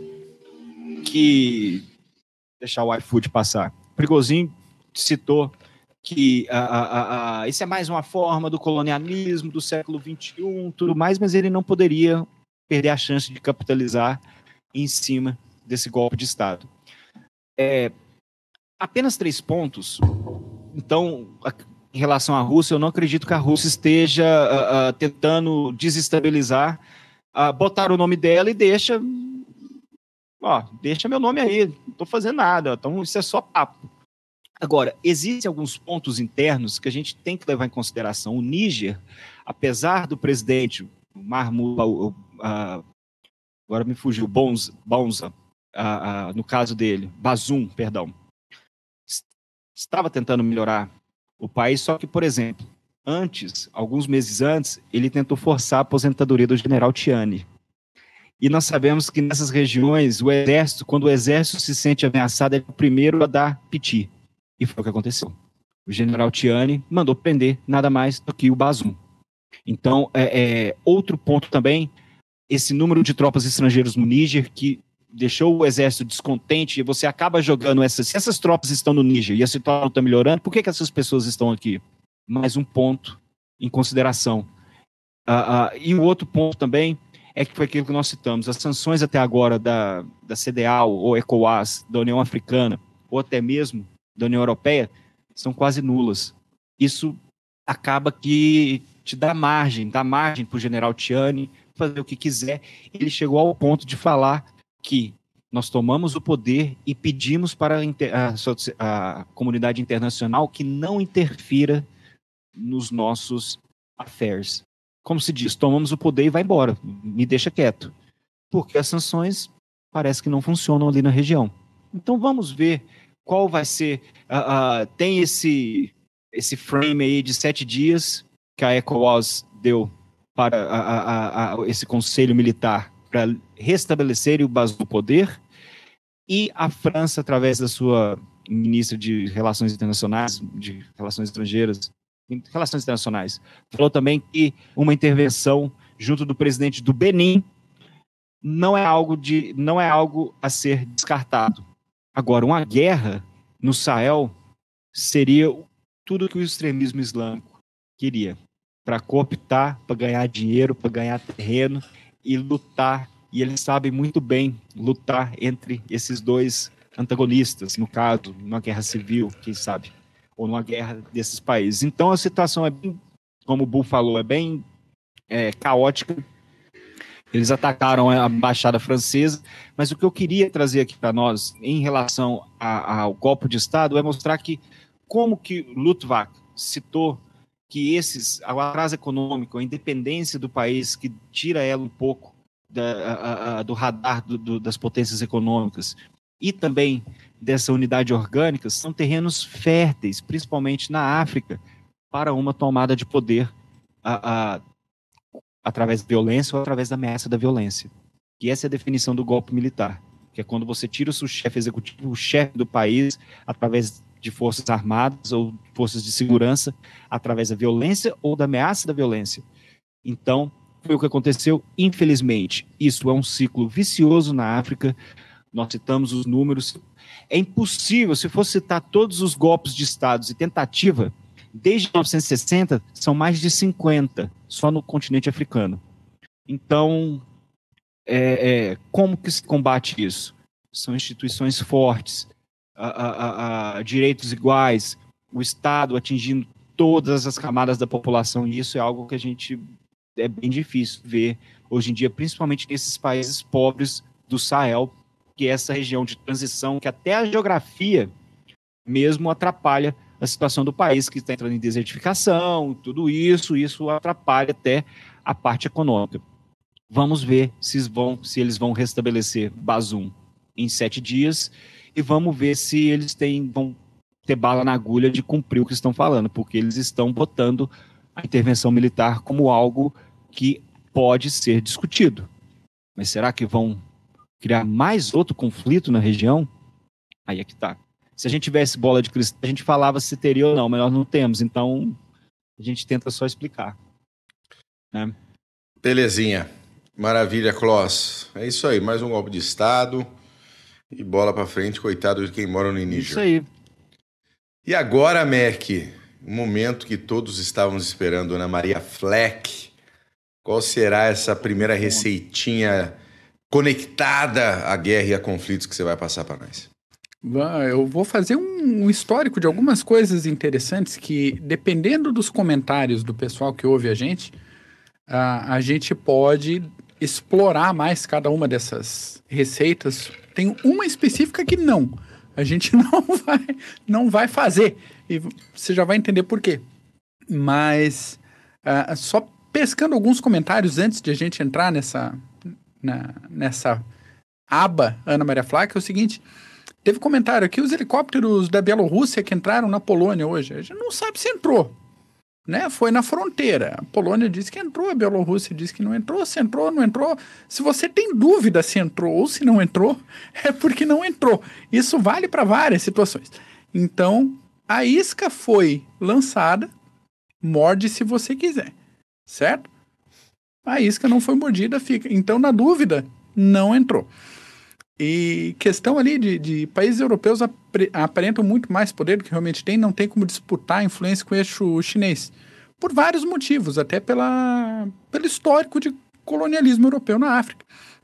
que... Deixar o iFood passar. Prigozhin citou que a, a, a, isso é mais uma forma do colonialismo do século vinte e um, tudo mais, mas ele não poderia perder a chance de capitalizar em cima desse golpe de Estado. É, apenas três pontos. Então, a, em relação à Rússia, eu não acredito que a Rússia esteja a, a, tentando desestabilizar, a, botar o nome dela e deixa... Ó, deixa meu nome aí, não estou fazendo nada, então isso é só papo. Agora, existem alguns pontos internos que a gente tem que levar em consideração. O Níger, apesar do presidente, o Mahmoud, uh, uh, agora me fugiu, Bonza, Bonza uh, uh, no caso dele, Bazoum, perdão, estava tentando melhorar o país, só que, por exemplo, antes, alguns meses antes, ele tentou forçar a aposentadoria do general Tiani. E nós sabemos que nessas regiões, o exército, quando o exército se sente ameaçado, é o primeiro a dar piti. E foi o que aconteceu. O general Tiani mandou prender nada mais do que o Bazoum. Então, é, é, outro ponto também, esse número de tropas estrangeiras no Níger, que deixou o exército descontente, e você acaba jogando essas... Se essas tropas estão no Níger e a situação está melhorando, por que, que essas pessoas estão aqui? Mais um ponto em consideração. Uh, uh, e o outro ponto também é que foi aquilo que nós citamos. As sanções até agora da, da CEDEAO ou ECOWAS, da União Africana, ou até mesmo da União Europeia, são quase nulas. Isso acaba que te dá margem, dá margem para o general Tiani fazer o que quiser. Ele chegou ao ponto de falar que nós tomamos o poder e pedimos para a, a, a comunidade internacional que não interfira nos nossos affairs. Como se diz, tomamos o poder e vai embora, me deixa quieto. Porque as sanções parece que não funcionam ali na região. Então vamos ver qual vai ser... Uh, uh, tem esse, esse frame aí de sete dias que a ECOWAS deu para a, a, a, esse conselho militar para restabelecer o base do poder, e a França, através da sua ministra de Relações Internacionais, de Relações Estrangeiras, Relações Internacionais, falou também que uma intervenção junto do presidente do Benin não é algo, de, não é algo a ser descartado. Agora, uma guerra no Sahel seria tudo que o extremismo islâmico queria, para cooptar, para ganhar dinheiro, para ganhar terreno e lutar. E eles sabem muito bem lutar entre esses dois antagonistas, no caso, numa guerra civil, quem sabe, ou numa guerra desses países. Então a situação é bem, como o Bull falou, é bem é, caótica. Eles atacaram a embaixada francesa, mas o que eu queria trazer aqui para nós em relação a, ao golpe de Estado é mostrar que como que Luttwak citou que esses, o atraso econômico, a independência do país, que tira ela um pouco da, a, a, do radar do, do, das potências econômicas e também dessa unidade orgânica, são terrenos férteis, principalmente na África, para uma tomada de poder a, a, através da violência ou através da ameaça da violência. E essa é a definição do golpe militar, que é quando você tira o seu chefe executivo, o chefe do país, através de forças armadas ou forças de segurança, através da violência ou da ameaça da violência. Então, foi o que aconteceu, infelizmente. Isso é um ciclo vicioso na África, nós citamos os números. É impossível, se for citar todos os golpes de estados e tentativa, desde mil novecentos e sessenta, são mais de cinquenta, só no continente africano. Então, é, é, como que se combate isso? São instituições fortes, a, a, a, direitos iguais, o Estado atingindo todas as camadas da população, e isso é algo que a gente é bem difícil ver hoje em dia, principalmente nesses países pobres do Sahel, que é essa região de transição, que até a geografia mesmo atrapalha a situação do país, que está entrando em desertificação, tudo isso, isso atrapalha até a parte econômica. Vamos ver se, vão, se eles vão restabelecer Bazoum em sete dias, e vamos ver se eles têm, vão ter bala na agulha de cumprir o que estão falando, porque eles estão botando a intervenção militar como algo que pode ser discutido. Mas será que vão criar mais outro conflito na região? Aí é que tá. Se a gente tivesse bola de cristal, a gente falava se teria ou não, mas nós não temos, então a gente tenta só explicar. Né? Belezinha. Maravilha, Kloss. É isso aí, mais um golpe de Estado e bola pra frente, coitado de quem mora no Níger. Isso aí. E agora, Mac, o momento que todos estávamos esperando, Ana Maria Fleck. Qual será essa primeira receitinha conectada à guerra e a conflitos que você vai passar para nós? Eu vou fazer um histórico de algumas coisas interessantes que, dependendo dos comentários do pessoal que ouve a gente, a, a gente pode explorar mais cada uma dessas receitas. Tem uma específica que não. A gente não vai, não vai fazer. E você já vai entender por quê. Mas, uh, só pescando alguns comentários antes de a gente entrar nessa, na, nessa aba Ana Maria Fleck, é o seguinte... Teve comentário aqui, os helicópteros da Bielorrússia que entraram na Polônia hoje. A gente não sabe se entrou, né? Foi na fronteira. A Polônia disse que entrou, a Bielorrússia disse que não entrou. Se entrou, não entrou. Se você tem dúvida se entrou ou se não entrou, é porque não entrou. Isso vale para várias situações. Então, a isca foi lançada, morde se você quiser, certo? A isca não foi mordida, fica. Então, na dúvida, não entrou. E questão ali de, de países europeus apre, aparentam muito mais poder do que realmente tem, não tem como disputar a influência com o eixo chinês. Por vários motivos, até pela, pelo histórico de colonialismo europeu na África.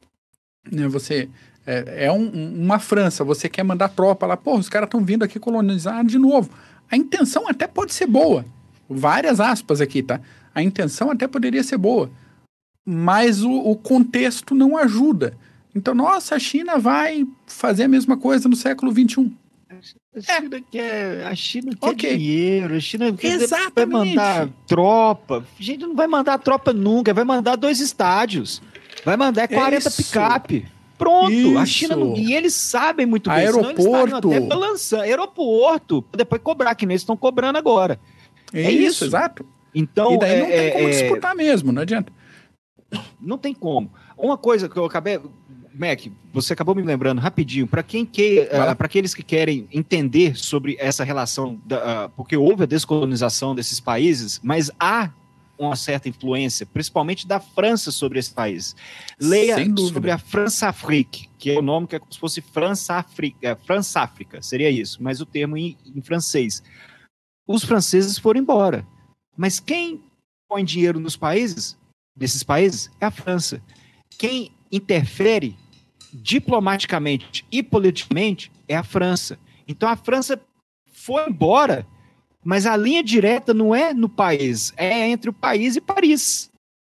Você é, é um, uma França, você quer mandar tropa lá, pô, os caras estão vindo aqui colonizar de novo. A intenção até pode ser boa, várias aspas aqui, tá? A intenção até poderia ser boa, mas o, o contexto não ajuda. Então, nossa, a China vai fazer a mesma coisa no século vinte e um. A China, é. quer, a China quer okay. dinheiro, a China Exatamente. vai mandar tropa. A gente não vai mandar tropa nunca, vai mandar dois estádios. Vai mandar quarenta Isso. picape. Pronto, Isso. a China não, e eles sabem muito bem. Aeroporto. Eles até lançando, aeroporto, pra depois cobrar, que nem eles estão cobrando agora. Isso, é isso, exato. Então, e daí é, não tem como é, disputar mesmo, não adianta. Não tem como. Uma coisa que eu acabei... Mac, você acabou me lembrando rapidinho, para quem que, uh, para aqueles que querem entender sobre essa relação, da, uh, porque houve a descolonização desses países, mas há uma certa influência, principalmente da França sobre esse país. Leia sobre a France-Afrique, que é o nome que é como se fosse França-África, França-África, seria isso, mas o termo em, em francês. Os franceses foram embora, mas quem põe dinheiro nos países, nesses países, é a França. Quem interfere diplomaticamente e politicamente é a França. Então a França foi embora, mas a linha direta não é no país, é entre o país e Paris.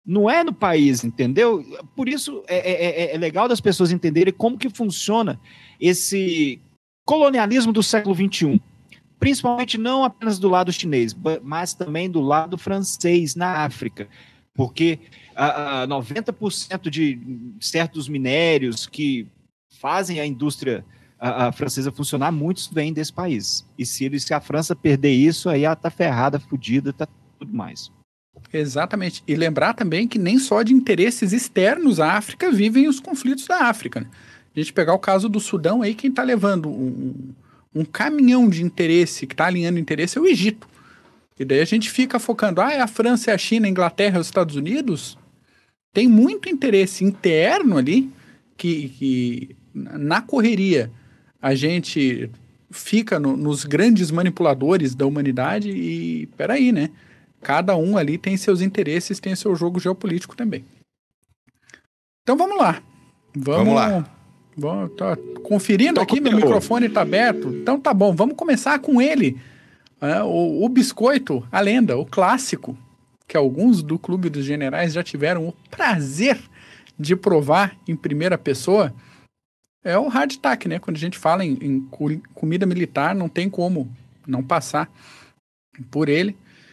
Não é no país, entendeu? Por isso é, é, é legal das pessoas entenderem como que funciona esse colonialismo do século vinte e um. Principalmente não apenas do lado chinês, mas também do lado francês, na África. Porque uh, noventa por cento de certos minérios que fazem a indústria uh, francesa funcionar, muitos vêm desse país. E se, ele, se a França perder isso, aí ela está ferrada, fodida, tá tudo mais. Exatamente. E lembrar também que nem só de interesses externos à África vivem os conflitos da África. Né? A gente pegar o caso do Sudão aí, quem está levando um, um caminhão de interesse, que está alinhando interesse, é o Egito. E daí a gente fica focando, ah, é a França, é a China, a Inglaterra, os Estados Unidos. Tem muito interesse interno ali, que, que na correria a gente fica no, nos grandes manipuladores da humanidade e, peraí, né? Cada um ali tem seus interesses, tem seu jogo geopolítico também. Então vamos lá. Vamos, vamos lá. Vamos, tô conferindo aqui, meu microfone está aberto. Então tá bom, vamos começar com ele. É, o, o biscoito, a lenda, o clássico, que alguns do Clube dos Generais já tiveram o prazer de provar em primeira pessoa, é o hardtack, né? Quando a gente fala em, em comida militar, não tem como não passar por ele.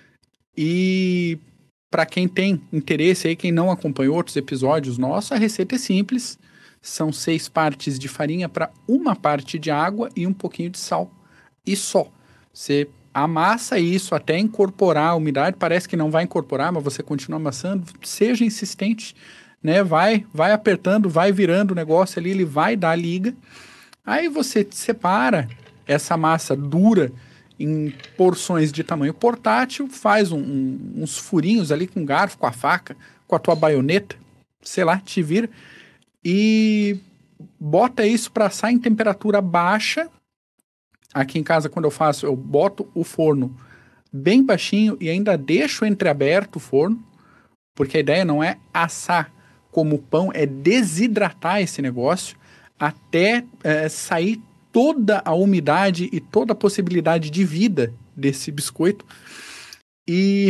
E para quem tem interesse aí, quem não acompanhou outros episódios nossos, a receita é simples. São seis partes de farinha para uma parte de água e um pouquinho de sal. E só. Você amassa isso até incorporar a umidade. Parece que não vai incorporar, mas você continua amassando. Seja insistente, né? Vai, vai apertando, vai virando o negócio ali, ele vai dar liga. Aí você separa essa massa dura em porções de tamanho portátil, faz um, um, uns furinhos ali com garfo, com a faca, com a tua baioneta, sei lá, te vira, e bota isso para assar em temperatura baixa. Aqui em casa, quando eu faço, eu boto o forno bem baixinho e ainda deixo entreaberto o forno, porque a ideia não é assar como pão, é desidratar esse negócio até é, sair toda a umidade e toda a possibilidade de vida desse biscoito. E,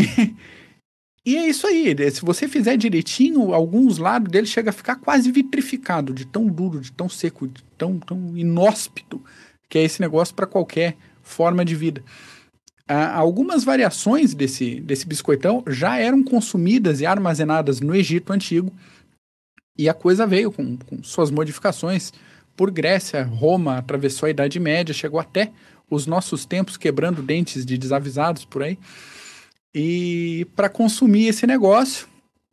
e é isso aí. Se você fizer direitinho, alguns lados dele chega a ficar quase vitrificado, de tão duro, de tão seco, de tão, tão inóspito, que é esse negócio para qualquer forma de vida. Ah, algumas variações desse, desse biscoitão já eram consumidas e armazenadas no Egito Antigo, e a coisa veio com, com suas modificações por Grécia, Roma, atravessou a Idade Média, chegou até os nossos tempos, quebrando dentes de desavisados por aí. E para consumir esse negócio,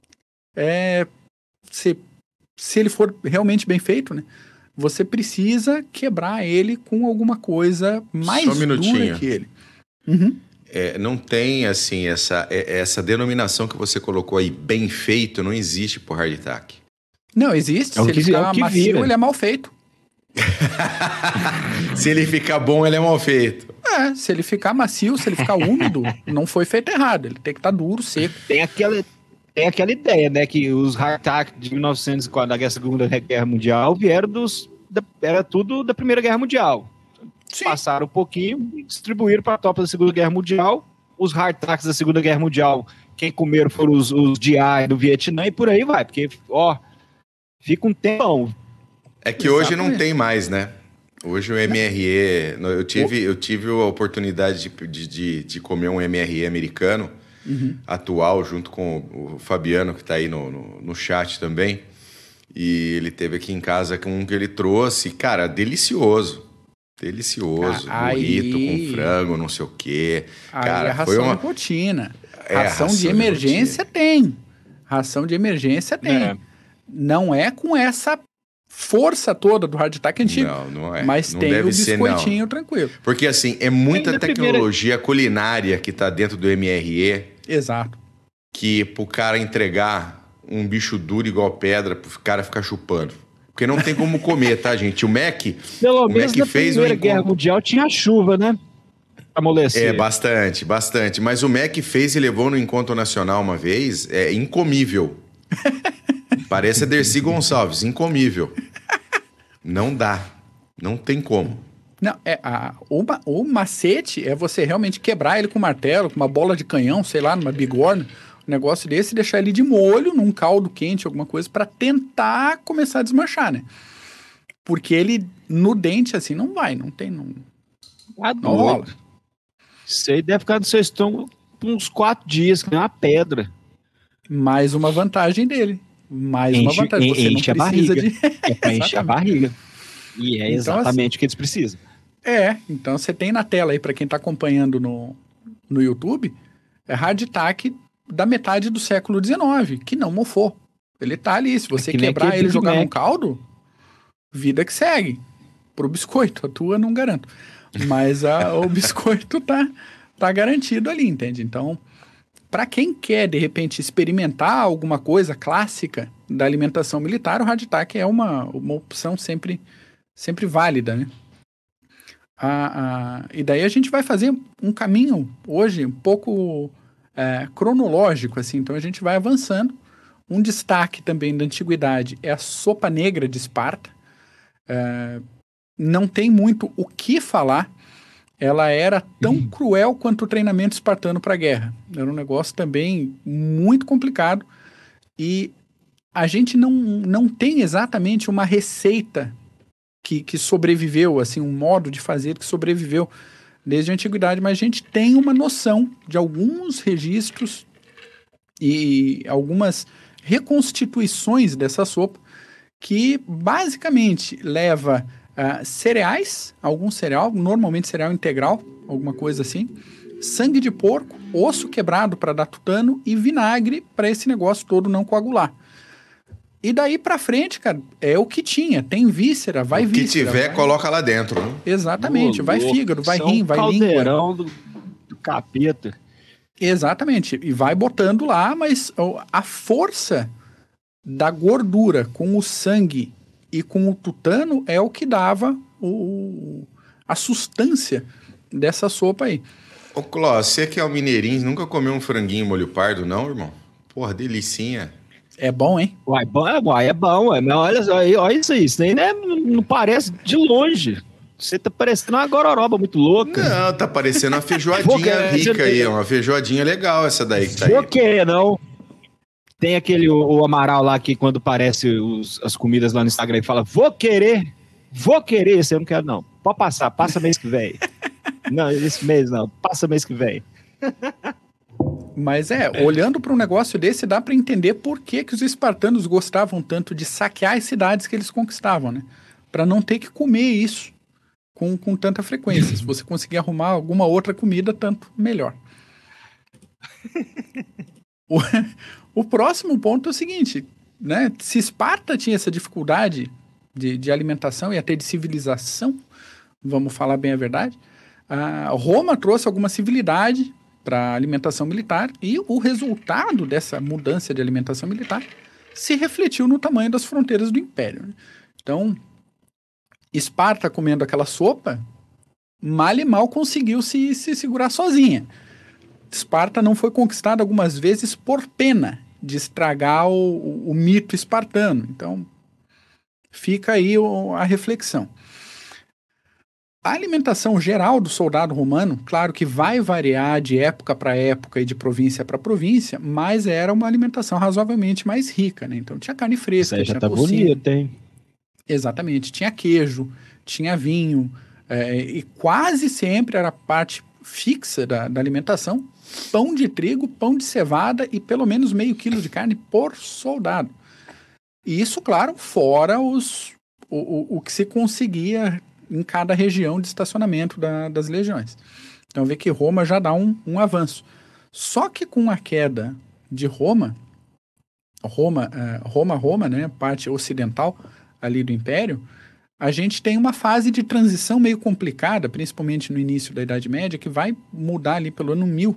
é, se, se ele for realmente bem feito, né, você precisa quebrar ele com alguma coisa mais Só um minutinho. dura que ele. Uhum. É, não tem, assim, essa, essa denominação que você colocou aí, bem feito, não existe pro hardtack. Não, existe. É se que, ele ficar é macio, vira. ele é mal feito. Se ele ficar bom, ele é mal feito. É, se ele ficar macio, se ele ficar úmido, não foi feito errado. Ele tem que estar duro, seco. Tem aquela, tem aquela ideia, né, que os hardtack de mil e novecentos, da Segunda Guerra Mundial, vieram dos... Da, era tudo da Primeira Guerra Mundial. Sim. Passaram um pouquinho e distribuíram para a tropa da Segunda Guerra Mundial. Os hardtacks da Segunda Guerra Mundial, quem comeram foram os, os G I do Vietnã e por aí vai. Porque, ó, fica um tempão. É que hoje não tem mais, né? Hoje o M R E... Eu tive, eu tive a oportunidade de, de, de, de comer um M R E americano, uhum, atual, junto com o Fabiano, que está aí no, no, no chat também. E ele teve aqui em casa com um que ele trouxe. Cara, delicioso. Delicioso. Burrito com frango, não sei o quê. Aí Cara, é ração foi uma... de rotina. É, ração, ração de emergência de tem. Ração de emergência tem. É. Não é com essa força toda do hardtack antigo. Não, não é. Mas não tem deve o biscoitinho ser, tranquilo. Porque, assim, é muita tecnologia primeira... culinária que tá dentro do M R E. Exato. Que pro cara entregar um bicho duro igual pedra, pro cara ficar chupando. Porque não tem como comer, tá, gente? O Mac... Pelo o menos Mac na fez Primeira um Guerra encontro... Mundial tinha chuva, né? Amolecer. É, bastante, bastante. Mas o Mac fez e levou no Encontro Nacional uma vez, é incomível. Parece a Dercy Gonçalves, incomível. Não dá. Não tem como. Não, é, a, o, o macete é você realmente quebrar ele com um martelo, com uma bola de canhão, sei lá, numa bigorna, um negócio desse e deixar ele de molho num caldo quente, alguma coisa, para tentar começar a desmanchar, né? Porque ele, no dente, assim, não vai, não tem, não, Ah, não rola. Isso aí deve ficar no seu estômago por uns quatro dias, que nem uma pedra. Mais uma vantagem dele. Mais Enche- uma vantagem. Você não enche a precisa barriga. de... É pra encher a Exatamente. barriga. E é Então, exatamente o que eles precisam. É, então você tem na tela aí, para quem tá acompanhando no, no YouTube, é hardtack da metade do século dezenove, que não mofou. Ele tá ali, se você É que nem quebrar aquele ele e Big jogar Mac. num caldo, vida que segue. Pro biscoito, a tua não garanto. Mas a, o biscoito tá, tá garantido ali, entende? Então, para quem quer, de repente, experimentar alguma coisa clássica da alimentação militar, o hardtack é uma, uma opção sempre, sempre válida, né? A, a, e daí a gente vai fazer um caminho hoje um pouco é, cronológico, assim, então a gente vai avançando. Um destaque também da antiguidade é a sopa negra de Esparta. É, não tem muito o que falar. Ela era tão Uhum. cruel quanto o treinamento espartano para a guerra. Era um negócio também muito complicado e a gente não, não tem exatamente uma receita que, que sobreviveu, assim, um modo de fazer que sobreviveu desde a antiguidade, mas a gente tem uma noção de alguns registros e algumas reconstituições dessa sopa que basicamente leva uh, cereais, algum cereal, normalmente cereal integral, alguma coisa assim, sangue de porco, osso quebrado para dar tutano e vinagre para esse negócio todo não coagular. E daí pra frente, cara, é o que tinha. Tem víscera, vai o que víscera. tiver, vai... coloca lá dentro. Né? Exatamente, Ô, vai louco, fígado, vai isso é rim, um vai língua. caldeirão do, do capeta. Exatamente, e vai botando lá, mas a força da gordura com o sangue e com o tutano é o que dava o, a sustância dessa sopa aí. Ô, Cló, você que é o mineirinho, nunca comeu um franguinho molho pardo, não, irmão? Porra, delicinha. É bom, hein? Uai, bom, é, uai, é bom, ué, mas olha, só, aí, olha isso aí, isso aí né, não parece de longe. Você tá parecendo uma gororoba muito louca. Não, tá parecendo uma feijoadinha Boca, rica você- aí, uma feijoadinha legal essa daí que tá aí. Vou querer, não. Tem aquele, o, o Amaral lá que quando aparece os, as comidas lá no Instagram e fala, vou querer, vou querer, esse eu não quero não. Pode passar, passa mês que vem. Não, esse mês não, passa mês que vem. Mas é, olhando para um negócio desse, dá para entender por que, que os espartanos gostavam tanto de saquear as cidades que eles conquistavam, né? Para não ter que comer isso com, com tanta frequência. Se você conseguir arrumar alguma outra comida, tanto melhor. o, o próximo ponto é o seguinte, né? Se Esparta tinha essa dificuldade de, de alimentação e até de civilização, vamos falar bem a verdade, a Roma trouxe alguma civilidade para a alimentação militar e o resultado dessa mudança de alimentação militar se refletiu no tamanho das fronteiras do império. Né? Então, Esparta comendo aquela sopa, mal e mal conseguiu se, se segurar sozinha. Esparta não foi conquistada algumas vezes por pena de estragar o, o, o mito espartano. Então, fica aí o, a reflexão. A alimentação geral do soldado romano, claro que vai variar de época para época e de província para província, mas era uma alimentação razoavelmente mais rica, né? Então tinha carne fresca, Isso aí tinha já tá tocinho. bonito, hein? Exatamente, tinha queijo, tinha vinho, é, e quase sempre era parte fixa da, da alimentação, pão de trigo, pão de cevada e pelo menos meio quilo de carne por soldado. E isso, claro, fora os, o, o, o que se conseguia em cada região de estacionamento da, das legiões. Então vê que Roma já dá um, um avanço. Só que com a queda de Roma, Roma, uh, Roma, Roma, né, parte ocidental ali do Império, a gente tem uma fase de transição meio complicada, principalmente no início da Idade Média, que vai mudar ali pelo ano mil.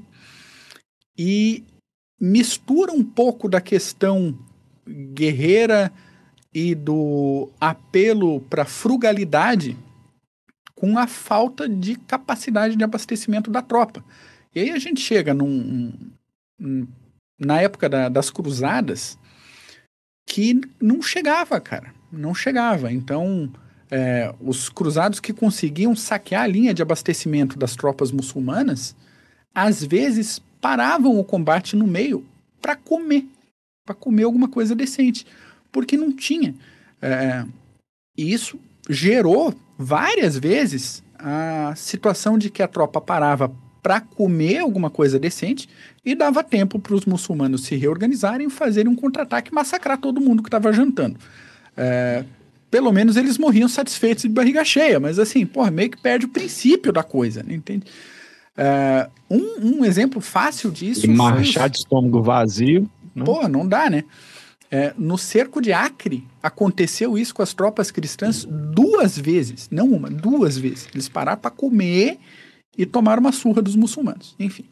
E mistura um pouco da questão guerreira e do apelo para frugalidade com a falta de capacidade de abastecimento da tropa. E aí a gente chega num, num, na época da, das cruzadas que não chegava, cara. Não chegava. Então, é, os cruzados que conseguiam saquear a linha de abastecimento das tropas muçulmanas, às vezes paravam o combate no meio para comer, para comer alguma coisa decente, porque não tinha. É, e isso gerou várias vezes a situação de que a tropa parava para comer alguma coisa decente e dava tempo para os muçulmanos se reorganizarem, fazerem um contra-ataque e massacrar todo mundo que estava jantando. É, pelo menos eles morriam satisfeitos de barriga cheia, mas assim, porra, meio que perde o princípio da coisa, né, entende? É, um, um exemplo fácil disso... E marchar de estômago vazio... Né? Pô, não dá, né? É, no cerco de Acre, aconteceu isso com as tropas cristãs duas vezes. Não uma, duas vezes. Eles pararam para comer e tomaram uma surra dos muçulmanos. Enfim.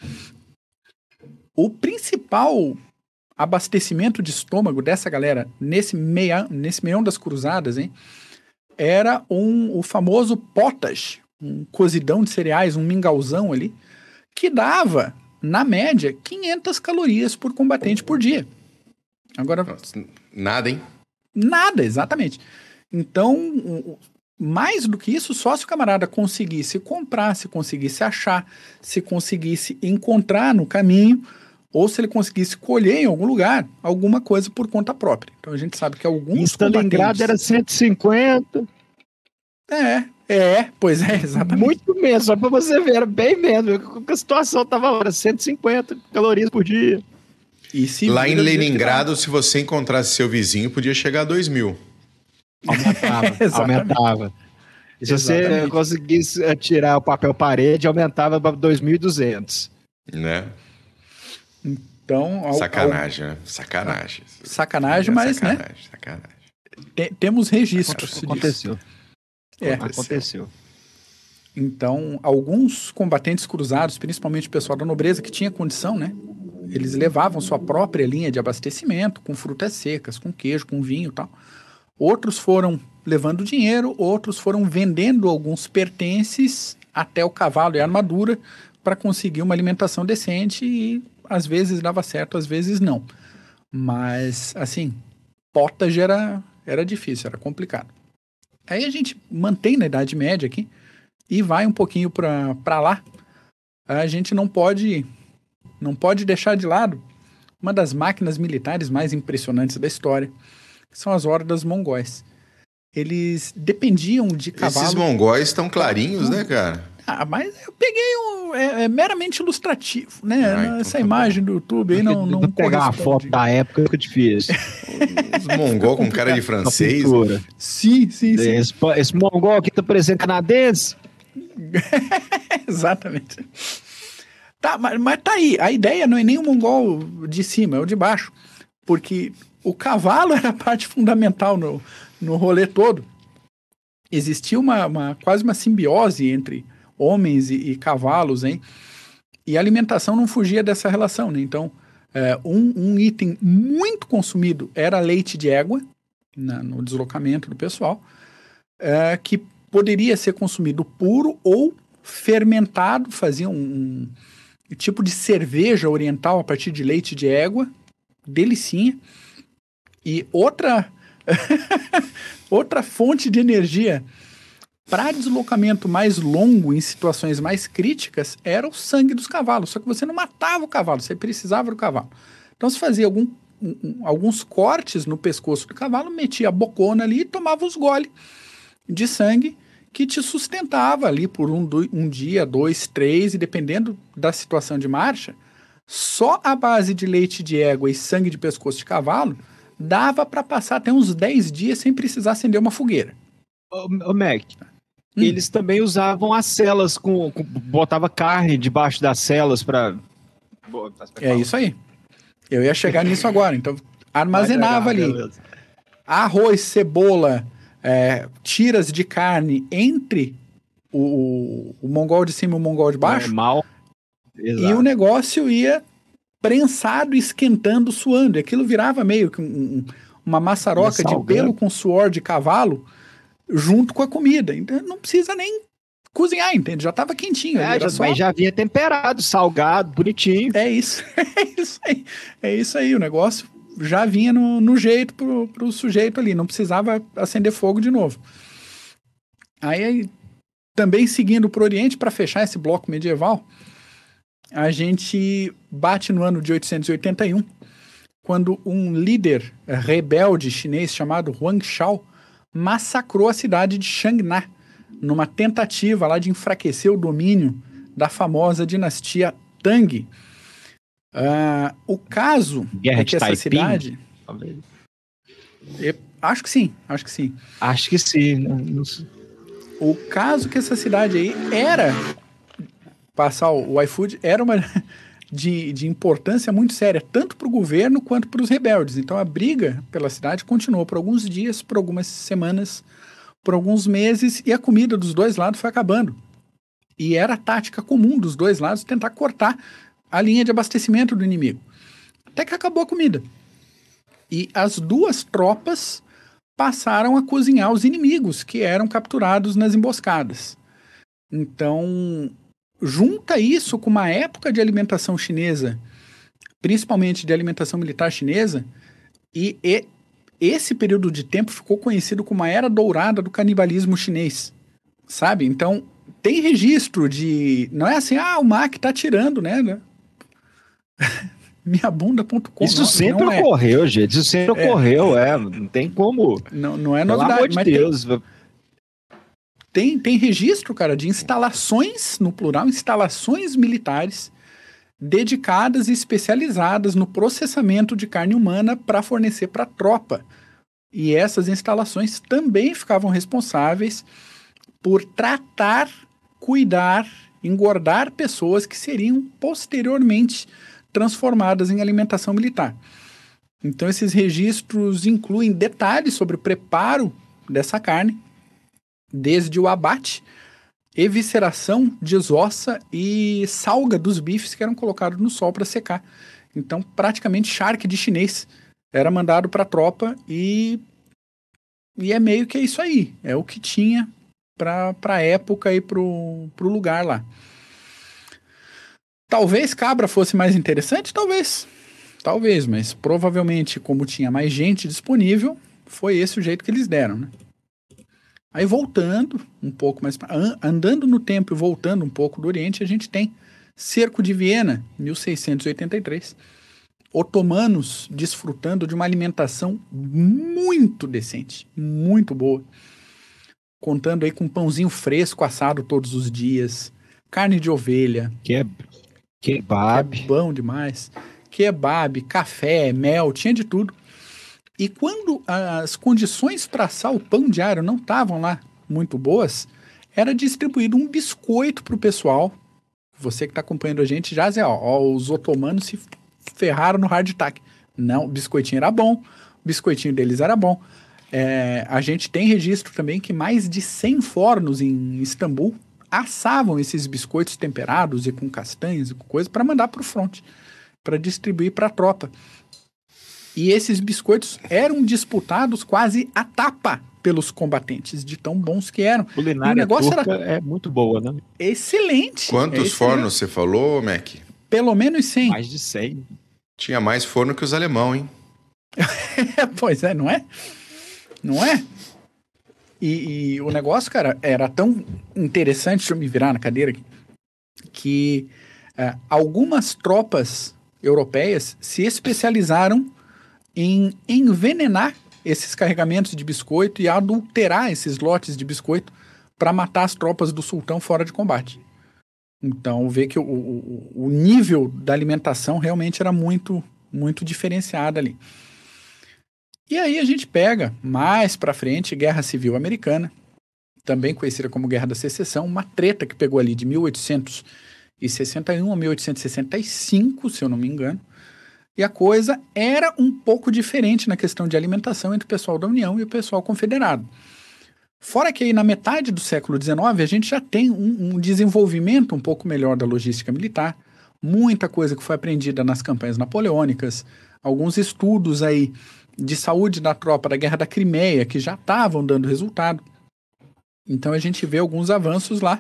O principal abastecimento de estômago dessa galera nesse, meia, nesse meião das cruzadas, hein, era um, o famoso potash, um cozidão de cereais, um mingauzão ali, que dava, na média, quinhentas calorias por combatente por dia. Agora, Nossa, nada, hein? Nada, exatamente. Então, mais do que isso, só se o camarada conseguisse comprar, se conseguisse achar, se conseguisse encontrar no caminho, ou se ele conseguisse colher em algum lugar alguma coisa por conta própria. Então a gente sabe que alguns em Stalingrado combatentes... era cento e cinquenta. É, é, pois é, exatamente. Muito mesmo, só pra você ver, era bem mesmo. A situação tava lá, era cento e cinquenta calorias por dia. E se lá em Leningrado, se você encontrasse seu vizinho, podia chegar a dois mil. Aumentava, aumentava. E se Exatamente. Você conseguisse tirar o papel parede, aumentava para dois mil e duzentos. Né? Então... Ao, sacanagem, ao... né? Sacanagem. Sacanagem, é mas, sacanagem, né? Sacanagem. Tem, temos registros disso. Aconteceu. É. Aconteceu. Então, alguns combatentes cruzados, principalmente o pessoal da nobreza, que tinha condição, né? Eles levavam sua própria linha de abastecimento, com frutas secas, com queijo, com vinho e tal. Outros foram levando dinheiro, outros foram vendendo alguns pertences até o cavalo e a armadura para conseguir uma alimentação decente e às vezes dava certo, às vezes não. Mas, assim, potage era, era difícil, era complicado. Aí a gente mantém na Idade Média aqui e vai um pouquinho para lá. A gente não pode... Não pode deixar de lado uma das máquinas militares mais impressionantes da história, que são as hordas mongóis. Eles dependiam de cavalos... Esses mongóis estão clarinhos, né, cara? Ah, mas eu peguei um... É, é meramente ilustrativo, né? Ah, então Essa tá imagem bom. do YouTube aí não, não pegar uma foto da época fica difícil. Os mongol com cara de francês. Sim, sim, sim. Esse, esse mongol aqui tá parecendo canadense. Exatamente. Tá, mas, mas tá aí, a ideia não é nem o mongol de cima, é o de baixo, porque o cavalo era a parte fundamental no, no rolê todo. Existia uma, uma, quase uma simbiose entre homens e, e cavalos, hein? E a alimentação não fugia dessa relação, né? Então, é, um, um item muito consumido era leite de égua, na, no deslocamento do pessoal, é, que poderia ser consumido puro ou fermentado, fazia um... um tipo de cerveja oriental a partir de leite de égua, delicinha. E outra outra fonte de energia para deslocamento mais longo em situações mais críticas era o sangue dos cavalos. Só que você não matava o cavalo, você precisava do cavalo. Então você fazia algum, um, alguns cortes no pescoço do cavalo, metia a bocona ali e tomava os gole de sangue que te sustentava ali por um, um dia, dois, três, e dependendo da situação de marcha, só a base de leite de égua e sangue de pescoço de cavalo dava para passar até uns dez dias sem precisar acender uma fogueira. Ô, ô Mac, hum. eles também usavam as celas, com, com botava carne debaixo das celas para... É isso aí. Eu ia chegar nisso agora. Então, armazenava ali beleza. Arroz, cebola... É, tiras de carne entre o, o, o mongol de cima e o mongol de baixo. Normal. E o negócio ia prensado, esquentando, suando. E aquilo virava meio que um, uma maçaroca de pelo com suor de cavalo junto com a comida. Então não precisa nem cozinhar, entende? Já estava quentinho. É, já, só... já vinha temperado, salgado, bonitinho. É isso. É isso aí. É isso aí. O negócio já vinha no, no jeito pro, pro sujeito ali, não precisava acender fogo de novo. Aí, aí também seguindo pro Oriente, para fechar esse bloco medieval, a gente bate no ano de oitocentos e oitenta e um, quando um líder rebelde chinês chamado Huang Shao massacrou a cidade de Changna, numa tentativa lá de enfraquecer o domínio da famosa dinastia Tang. Uh, o caso Guerra é que de essa Taiping? cidade... Eu, acho que sim, acho que sim. Acho que sim. Não sei. O caso que essa cidade aí era... Passar o, o iFood era uma... De, de importância muito séria, tanto para o governo quanto para os rebeldes. Então a briga pela cidade continuou por alguns dias, por algumas semanas, por alguns meses, e a comida dos dois lados foi acabando. E era a tática comum dos dois lados tentar cortar a linha de abastecimento do inimigo. Até que acabou a comida. E as duas tropas passaram a cozinhar os inimigos que eram capturados nas emboscadas. Então... junta isso com uma época de alimentação chinesa, principalmente de alimentação militar chinesa, e, e esse período de tempo ficou conhecido como a Era Dourada do canibalismo chinês, sabe? Então, tem registro de... Não é assim, ah, o Mac tá tirando, né? minhabunda ponto com. Isso não, sempre não é. ocorreu, gente. Isso sempre é. ocorreu, é. Não tem como... Não, não é Pelo novidade, amor de mas Deus... Tem... Tem, tem registro, cara, de instalações, no plural, instalações militares dedicadas e especializadas no processamento de carne humana para fornecer para a tropa. E essas instalações também ficavam responsáveis por tratar, cuidar, engordar pessoas que seriam posteriormente transformadas em alimentação militar. Então, esses registros incluem detalhes sobre o preparo dessa carne, desde o abate, evisceração, desossa e salga dos bifes que eram colocados no sol para secar. Então, praticamente charque de chinês era mandado para a tropa e, e é meio que isso aí. É o que tinha para a época e para o lugar lá. Talvez cabra fosse mais interessante? Talvez. Talvez, mas provavelmente, como tinha mais gente disponível, foi esse o jeito que eles deram, né? Aí voltando um pouco mais, andando no tempo e voltando um pouco do Oriente, a gente tem Cerco de Viena, mil seiscentos e oitenta e três. Otomanos desfrutando de uma alimentação muito decente, muito boa. Contando aí com pãozinho fresco assado todos os dias, carne de ovelha. Que é kebab. Que é bom demais. Kebab, café, mel, tinha de tudo. E quando as condições para assar o pão diário não estavam lá muito boas, era distribuído um biscoito para o pessoal. Você que está acompanhando a gente já diz, ó, ó, os otomanos se ferraram no hard attack. Não, o biscoitinho era bom, o biscoitinho deles era bom. É, a gente tem registro também que mais de cem fornos em Istambul assavam esses biscoitos temperados e com castanhas e com coisa para mandar para o fronte, para distribuir para a tropa. E esses biscoitos eram disputados quase a tapa pelos combatentes, de tão bons que eram. A culinária e o negócio turca era é muito boa, né? Excelente. Quantos é excelente. fornos você falou, Mac? Pelo menos cem. Mais de cem. Tinha mais forno que os alemão, hein? Pois é, não é? Não é? E, e o negócio, cara, era tão interessante, deixa eu me virar na cadeira aqui, que uh, algumas tropas europeias se especializaram em envenenar esses carregamentos de biscoito e adulterar esses lotes de biscoito para matar as tropas do sultão fora de combate. Então, vê que o, o, o nível da alimentação realmente era muito, muito diferenciado ali. E aí a gente pega, mais para frente, Guerra Civil Americana, também conhecida como Guerra da Secessão, uma treta que pegou ali de mil oitocentos e sessenta e um a mil oitocentos e sessenta e cinco, se eu não me engano. E a coisa era um pouco diferente na questão de alimentação entre o pessoal da União e o pessoal confederado. Fora que aí na metade do século dezenove a gente já tem um, um desenvolvimento um pouco melhor da logística militar, muita coisa que foi aprendida nas campanhas napoleônicas, alguns estudos aí de saúde da tropa da Guerra da Crimeia que já estavam dando resultado. Então a gente vê alguns avanços lá.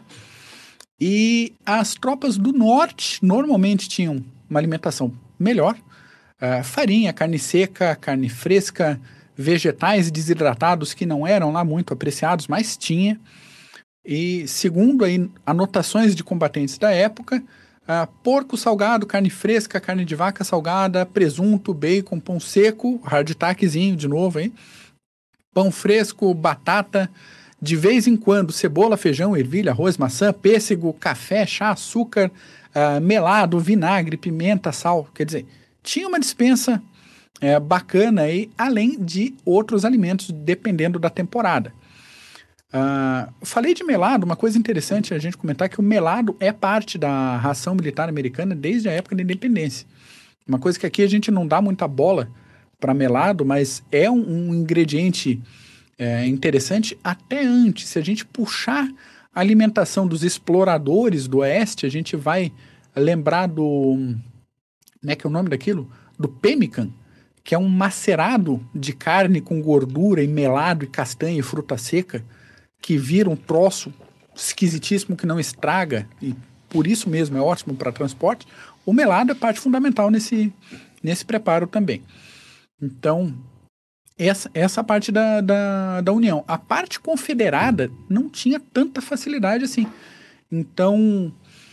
E as tropas do norte normalmente tinham uma alimentação melhor, Uh, farinha, carne seca, carne fresca, vegetais desidratados que não eram lá muito apreciados, mas tinha. E segundo aí anotações de combatentes da época, Uh, porco salgado, carne fresca, carne de vaca salgada, presunto, bacon, pão seco, hardtackzinho de novo, hein? Pão fresco, batata, de vez em quando, cebola, feijão, ervilha, arroz, maçã, pêssego, café, chá, açúcar, uh, melado, vinagre, pimenta, sal. Quer dizer, tinha uma dispensa uh, bacana aí, além de outros alimentos, dependendo da temporada. Uh, falei de melado, uma coisa interessante a gente comentar que o melado é parte da ração militar americana desde a época da independência. Uma coisa que aqui a gente não dá muita bola para melado, mas é um, um ingrediente é, interessante até antes. Se a gente puxar a alimentação dos exploradores do oeste, a gente vai lembrar do... Como é que é o nome daquilo? Do pemmican, que é um macerado de carne com gordura e melado e castanha e fruta seca, que vira um troço esquisitíssimo que não estraga, e por isso mesmo é ótimo para transporte. O melado é parte fundamental nesse, nesse preparo também. Então, essa, essa parte da, da, da União. A parte confederada não tinha tanta facilidade assim. Então,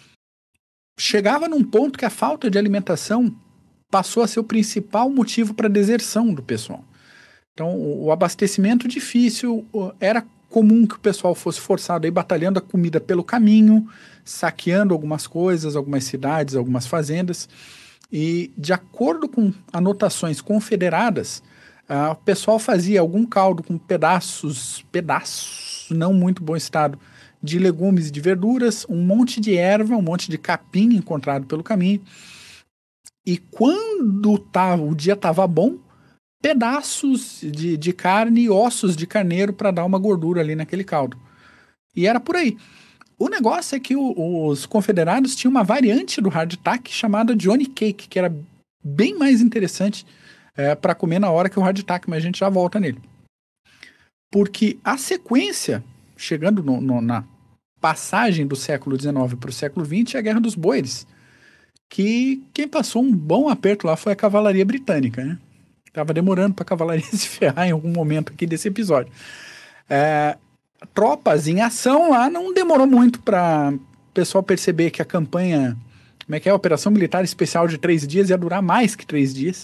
chegava num ponto que a falta de alimentação passou a ser o principal motivo para a deserção do pessoal. Então, o, o abastecimento difícil era comum que o pessoal fosse forçado a ir batalhando a comida pelo caminho, saqueando algumas coisas, algumas cidades, algumas fazendas. E, de acordo com anotações confederadas, uh, o pessoal fazia algum caldo com pedaços, pedaços, não muito bom estado, de legumes e de verduras, um monte de erva, um monte de capim encontrado pelo caminho. E quando tava, o dia estava bom, pedaços de, de carne e ossos de carneiro para dar uma gordura ali naquele caldo. E era por aí. O negócio é que o, os confederados tinham uma variante do hardtack chamada Johnny Cake, que era bem mais interessante é, para comer na hora que o hardtack, mas a gente já volta nele. Porque a sequência, chegando no, no, na passagem do século dezenove para o século vinte, é a Guerra dos Boeres, que quem passou um bom aperto lá foi a cavalaria britânica, né? Tava demorando para a cavalaria se ferrar em algum momento aqui desse episódio. É, tropas em ação lá, não demorou muito para o pessoal perceber que a campanha, como é que é, a operação militar especial de três dias ia durar mais que três dias.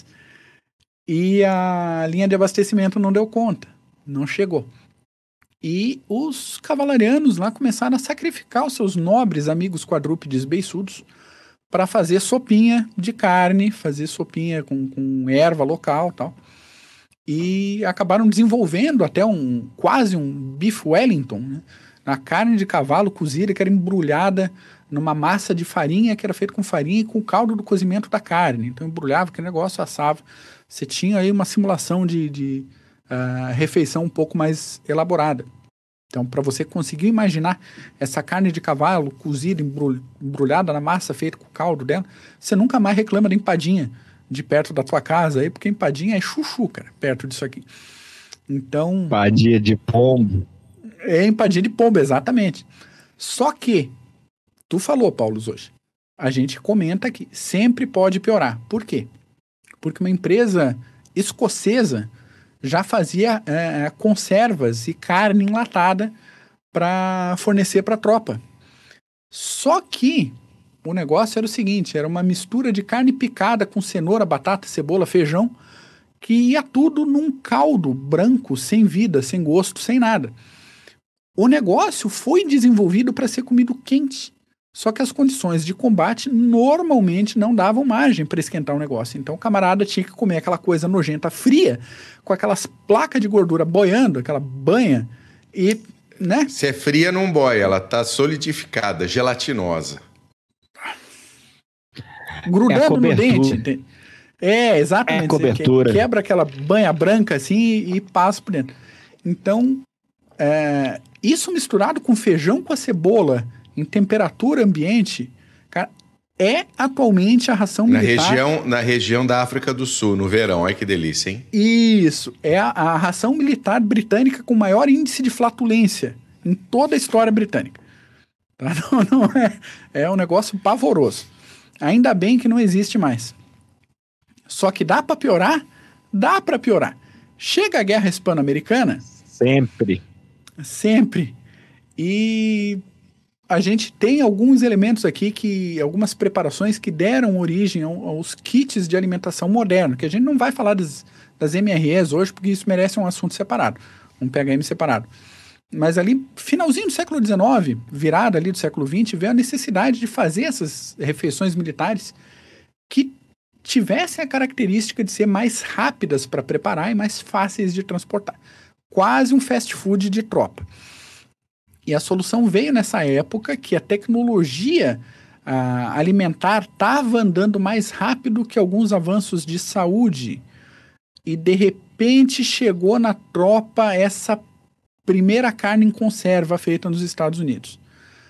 E a linha de abastecimento não deu conta, não chegou. E os cavalarianos lá começaram a sacrificar os seus nobres amigos quadrúpedes beiçudos para fazer sopinha de carne, fazer sopinha com, com erva local e tal. E acabaram desenvolvendo até um quase um beef Wellington, né? Na carne de cavalo cozida, que era embrulhada numa massa de farinha, que era feita com farinha e com o caldo do cozimento da carne. Então embrulhava aquele negócio, assava. Você tinha aí uma simulação de, de uh, refeição um pouco mais elaborada. Então, para você conseguir imaginar essa carne de cavalo cozida, embrulhada na massa, feita com o caldo dela, você nunca mais reclama da empadinha de perto da tua casa aí, porque empadinha é chuchu, cara, perto disso aqui. Então... Empadinha de pombo. É empadinha de pombo, exatamente. Só que, tu falou, Paulo, hoje, a gente comenta que sempre pode piorar. Por quê? Porque uma empresa escocesa já fazia é, conservas e carne enlatada para fornecer para a tropa. Só que o negócio era o seguinte, era uma mistura de carne picada com cenoura, batata, cebola, feijão, que ia tudo num caldo branco, sem vida, sem gosto, sem nada. O negócio foi desenvolvido para ser comido quente. Só que as condições de combate normalmente não davam margem para esquentar o negócio. Então o camarada tinha que comer aquela coisa nojenta fria, com aquelas placas de gordura boiando, aquela banha, e, né? Se é fria, não boia, ela tá solidificada, gelatinosa. Grudando é no dente. É, exatamente. É a cobertura. Que, quebra aquela banha branca assim e, e passa por dentro. Então, é, isso misturado com feijão com a cebola em temperatura ambiente, cara, é atualmente a ração na militar... Região, na região da África do Sul, no verão. Olha que delícia, hein? Isso. É a, a ração militar britânica com maior índice de flatulência em toda a história britânica. Tá? Não, não é, é um negócio pavoroso. Ainda bem que não existe mais. Só que dá para piorar? Dá para piorar. Chega a Guerra Hispano-Americana... Sempre. Sempre. E... a gente tem alguns elementos aqui, que algumas preparações que deram origem aos kits de alimentação moderno, que a gente não vai falar das, das M R Es hoje, porque isso merece um assunto separado, um P H M separado. Mas ali, finalzinho do século dezenove, virada ali do século vinte, veio a necessidade de fazer essas refeições militares que tivessem a característica de ser mais rápidas para preparar e mais fáceis de transportar. Quase um fast food de tropa. E a solução veio nessa época que a tecnologia ah, alimentar estava andando mais rápido que alguns avanços de saúde. E de repente chegou na tropa essa primeira carne em conserva feita nos Estados Unidos.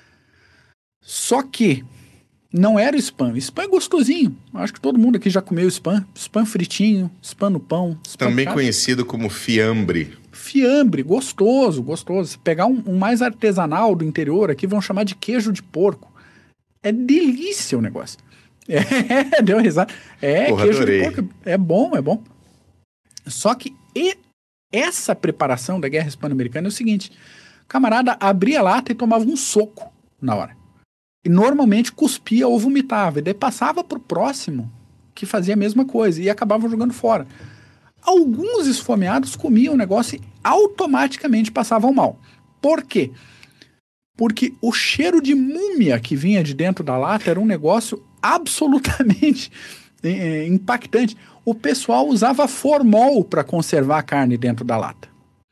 Só que não era o spam. O spam é gostosinho. Acho que todo mundo aqui já comeu spam. Spam fritinho, spam no pão. Spam Também chato. Conhecido como fiambre. Fiambre, gostoso, gostoso. Se pegar um, um mais artesanal do interior aqui, vão chamar de queijo de porco. É delícia o negócio. É, deu risada. É, Porra, queijo adorei. de porco. É bom, é bom. Só que e, essa preparação da Guerra Hispano-Americana é o seguinte. O camarada abria a lata e tomava um soco na hora. E normalmente cuspia ou vomitava. E daí passava pro próximo, que fazia a mesma coisa. E acabava jogando fora. Alguns esfomeados comiam o negócio e automaticamente passavam mal. Por quê? Porque o cheiro de múmia que vinha de dentro da lata era um negócio absolutamente é, impactante. O pessoal usava formol para conservar a carne dentro da lata.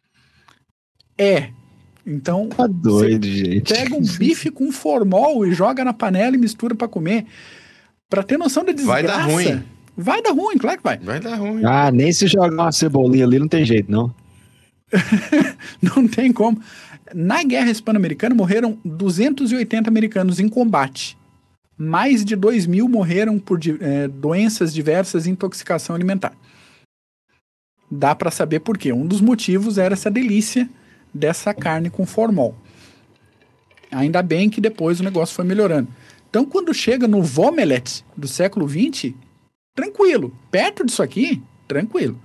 É. Então, tá doido, gente. Pega um bife com formol e joga na panela e mistura para comer. Para ter noção da desgraça. Vai dar ruim. Vai dar ruim, claro que vai. Vai dar ruim. Ah, nem se jogar uma cebolinha ali não tem jeito, não. Não tem como. Na Guerra Hispano-Americana morreram duzentos e oitenta americanos em combate. Mais de dois mil morreram por é, doenças diversas e intoxicação alimentar. Dá para saber por quê. Um dos motivos era essa delícia dessa carne com formol. Ainda bem que depois o negócio foi melhorando. Então, quando chega no Vomelette do século vinte... tranquilo. Perto disso aqui, tranquilo.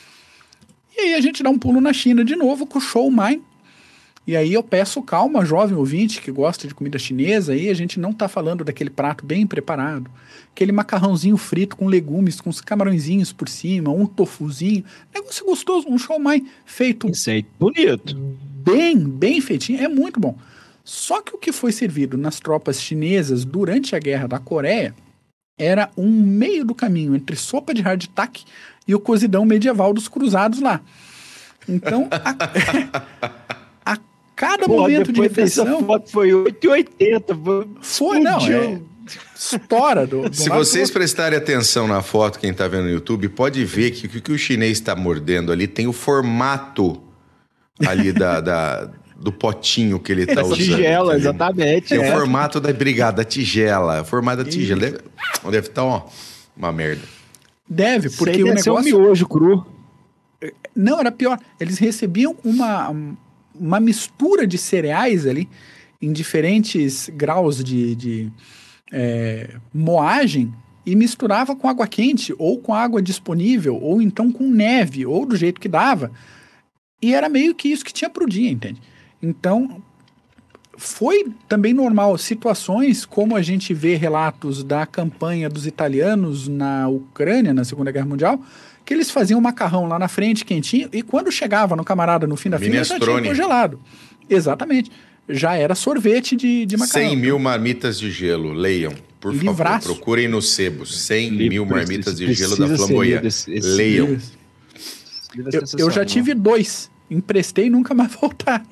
E aí a gente dá um pulo na China de novo com o Chow Mein. E aí eu peço calma, jovem ouvinte que gosta de comida chinesa. Aí a gente não tá falando daquele prato bem preparado. Aquele macarrãozinho frito com legumes, com os camarõezinhos por cima, um tofuzinho. Negócio gostoso, um Chow Mein feito... Isso aí, bonito. Bem, bem feitinho. É muito bom. Só que o que foi servido nas tropas chinesas durante a Guerra da Coreia era um meio do caminho entre sopa de hardtack e o cozidão medieval dos cruzados lá. Então, a, a cada Pô, momento de refeição... Essa foto foi oito e oitenta. Foi, não, é... Estoura. Do, do Se vocês prestarem atenção na foto, quem está vendo no YouTube, pode ver que o que o chinês está mordendo ali tem o formato ali da... da... do potinho que ele está usando. Tigela, tá, exatamente. Tem é. o formato da brigada, da tigela. O formato da tigela. Deve, deve estar, ó, uma merda. Deve, porque o deve negócio... ser um miojo cru. Não, era pior. Eles recebiam uma, uma mistura de cereais ali, em diferentes graus de, de é, moagem, e misturava com água quente, ou com água disponível, ou então com neve, ou do jeito que dava. E era meio que isso que tinha pro dia, entende? Então, foi também normal situações como a gente vê relatos da campanha dos italianos na Ucrânia, na Segunda Guerra Mundial, que eles faziam macarrão lá na frente, quentinho, e quando chegava no camarada no fim da fila, já tinha congelado. Exatamente. Já era sorvete de, de macarrão. cem mil marmitas de gelo, leiam, por Livraço. favor. Procurem no sebo. cem mil marmitas de gelo da Precisa Flamboyant. Esse- esse Leiam. livro. Eu, eu já tive dois. Emprestei e nunca mais voltaram.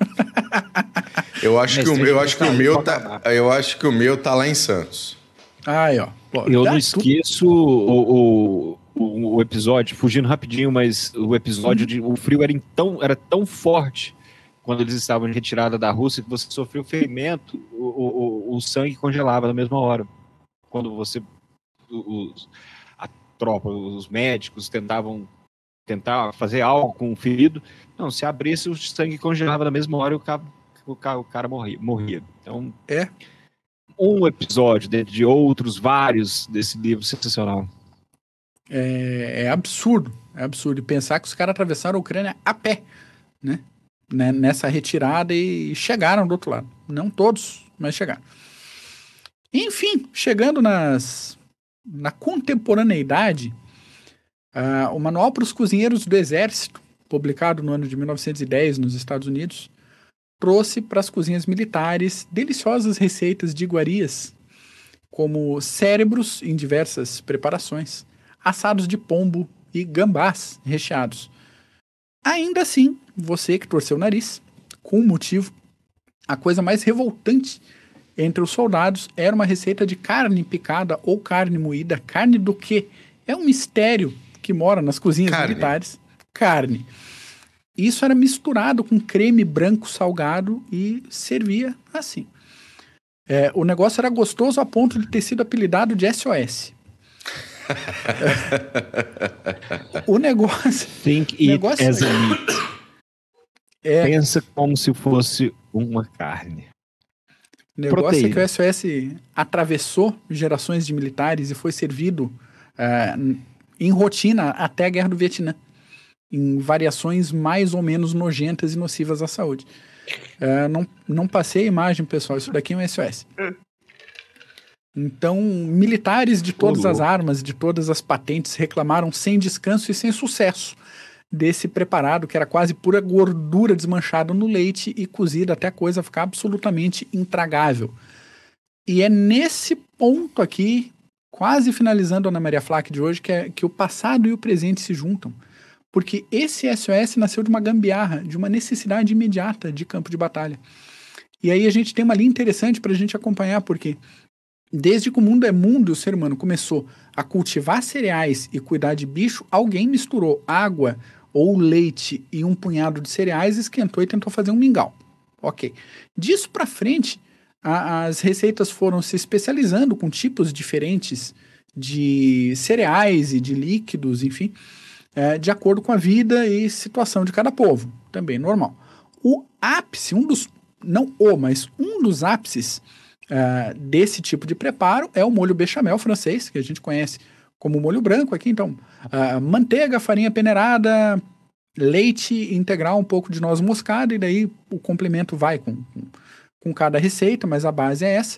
Eu acho Mas que o, tem eu que acho que o botar meu aí pra tá, acabar. eu acho que o meu tá lá em Santos. Aí, ó. Pô, Eu dá não tudo. esqueço o, o, o, o episódio, fugindo rapidinho, mas o episódio de o frio era em tão, era tão forte quando eles estavam de retirada da Rússia que você sofreu ferimento, o, o, o, o sangue congelava na mesma hora. Quando você, os, a tropa, os médicos tentavam tentar fazer algo com o ferido, não, se abrisse o sangue congelava na mesma hora e o cara, o cara, o cara morria, morria. Então, É. um episódio dentro de outros, vários desse livro sensacional. É, é absurdo. É absurdo. E pensar que os caras atravessaram a Ucrânia a pé, né? né, nessa retirada e chegaram do outro lado. Não todos, mas chegaram. Enfim, chegando nas, na contemporaneidade, uh, o Manual para os Cozinheiros do Exército, publicado no ano de mil novecentos e dez nos Estados Unidos, trouxe para as cozinhas militares deliciosas receitas de iguarias, como cérebros em diversas preparações, assados de pombo e gambás recheados. Ainda assim, você que torceu o nariz, com motivo, a coisa mais revoltante entre os soldados era uma receita de carne picada ou carne moída. Carne do quê? É um mistério que mora nas cozinhas carne. militares. Carne. Isso era misturado com creme branco salgado e servia assim. É, o negócio era gostoso a ponto de ter sido apelidado de S O S. é, o negócio... Think it negócio as a meat. É, Pensa como se fosse uma carne. O negócio Proteína. é que o S O S atravessou gerações de militares e foi servido uh, em rotina até a Guerra do Vietnã, em variações mais ou menos nojentas e nocivas à saúde. Uh, não, não passei a imagem, pessoal, isso daqui é um S O S. Então, militares de todas as armas, de todas as patentes, reclamaram sem descanso e sem sucesso desse preparado, que era quase pura gordura desmanchada no leite e cozida até a coisa ficar absolutamente intragável. E é nesse ponto aqui, quase finalizando a Ana Maria Flack de hoje, que, é, que o passado e o presente se juntam. Porque esse S O S nasceu de uma gambiarra, de uma necessidade imediata de campo de batalha. E aí a gente tem uma linha interessante para a gente acompanhar, porque desde que o mundo é mundo e o ser humano começou a cultivar cereais e cuidar de bicho, alguém misturou água ou leite e um punhado de cereais, esquentou e tentou fazer um mingau. Ok. Disso para frente, a, as receitas foram se especializando com tipos diferentes de cereais e de líquidos, enfim, é, de acordo com a vida e situação de cada povo. Também normal. O ápice, um dos, não o, mas um dos ápices uh, desse tipo de preparo é o molho bechamel francês, que a gente conhece como molho branco aqui. Então, uh, manteiga, farinha peneirada, leite integral, um pouco de noz moscada, e daí o complemento vai com, com, com cada receita, mas a base é essa.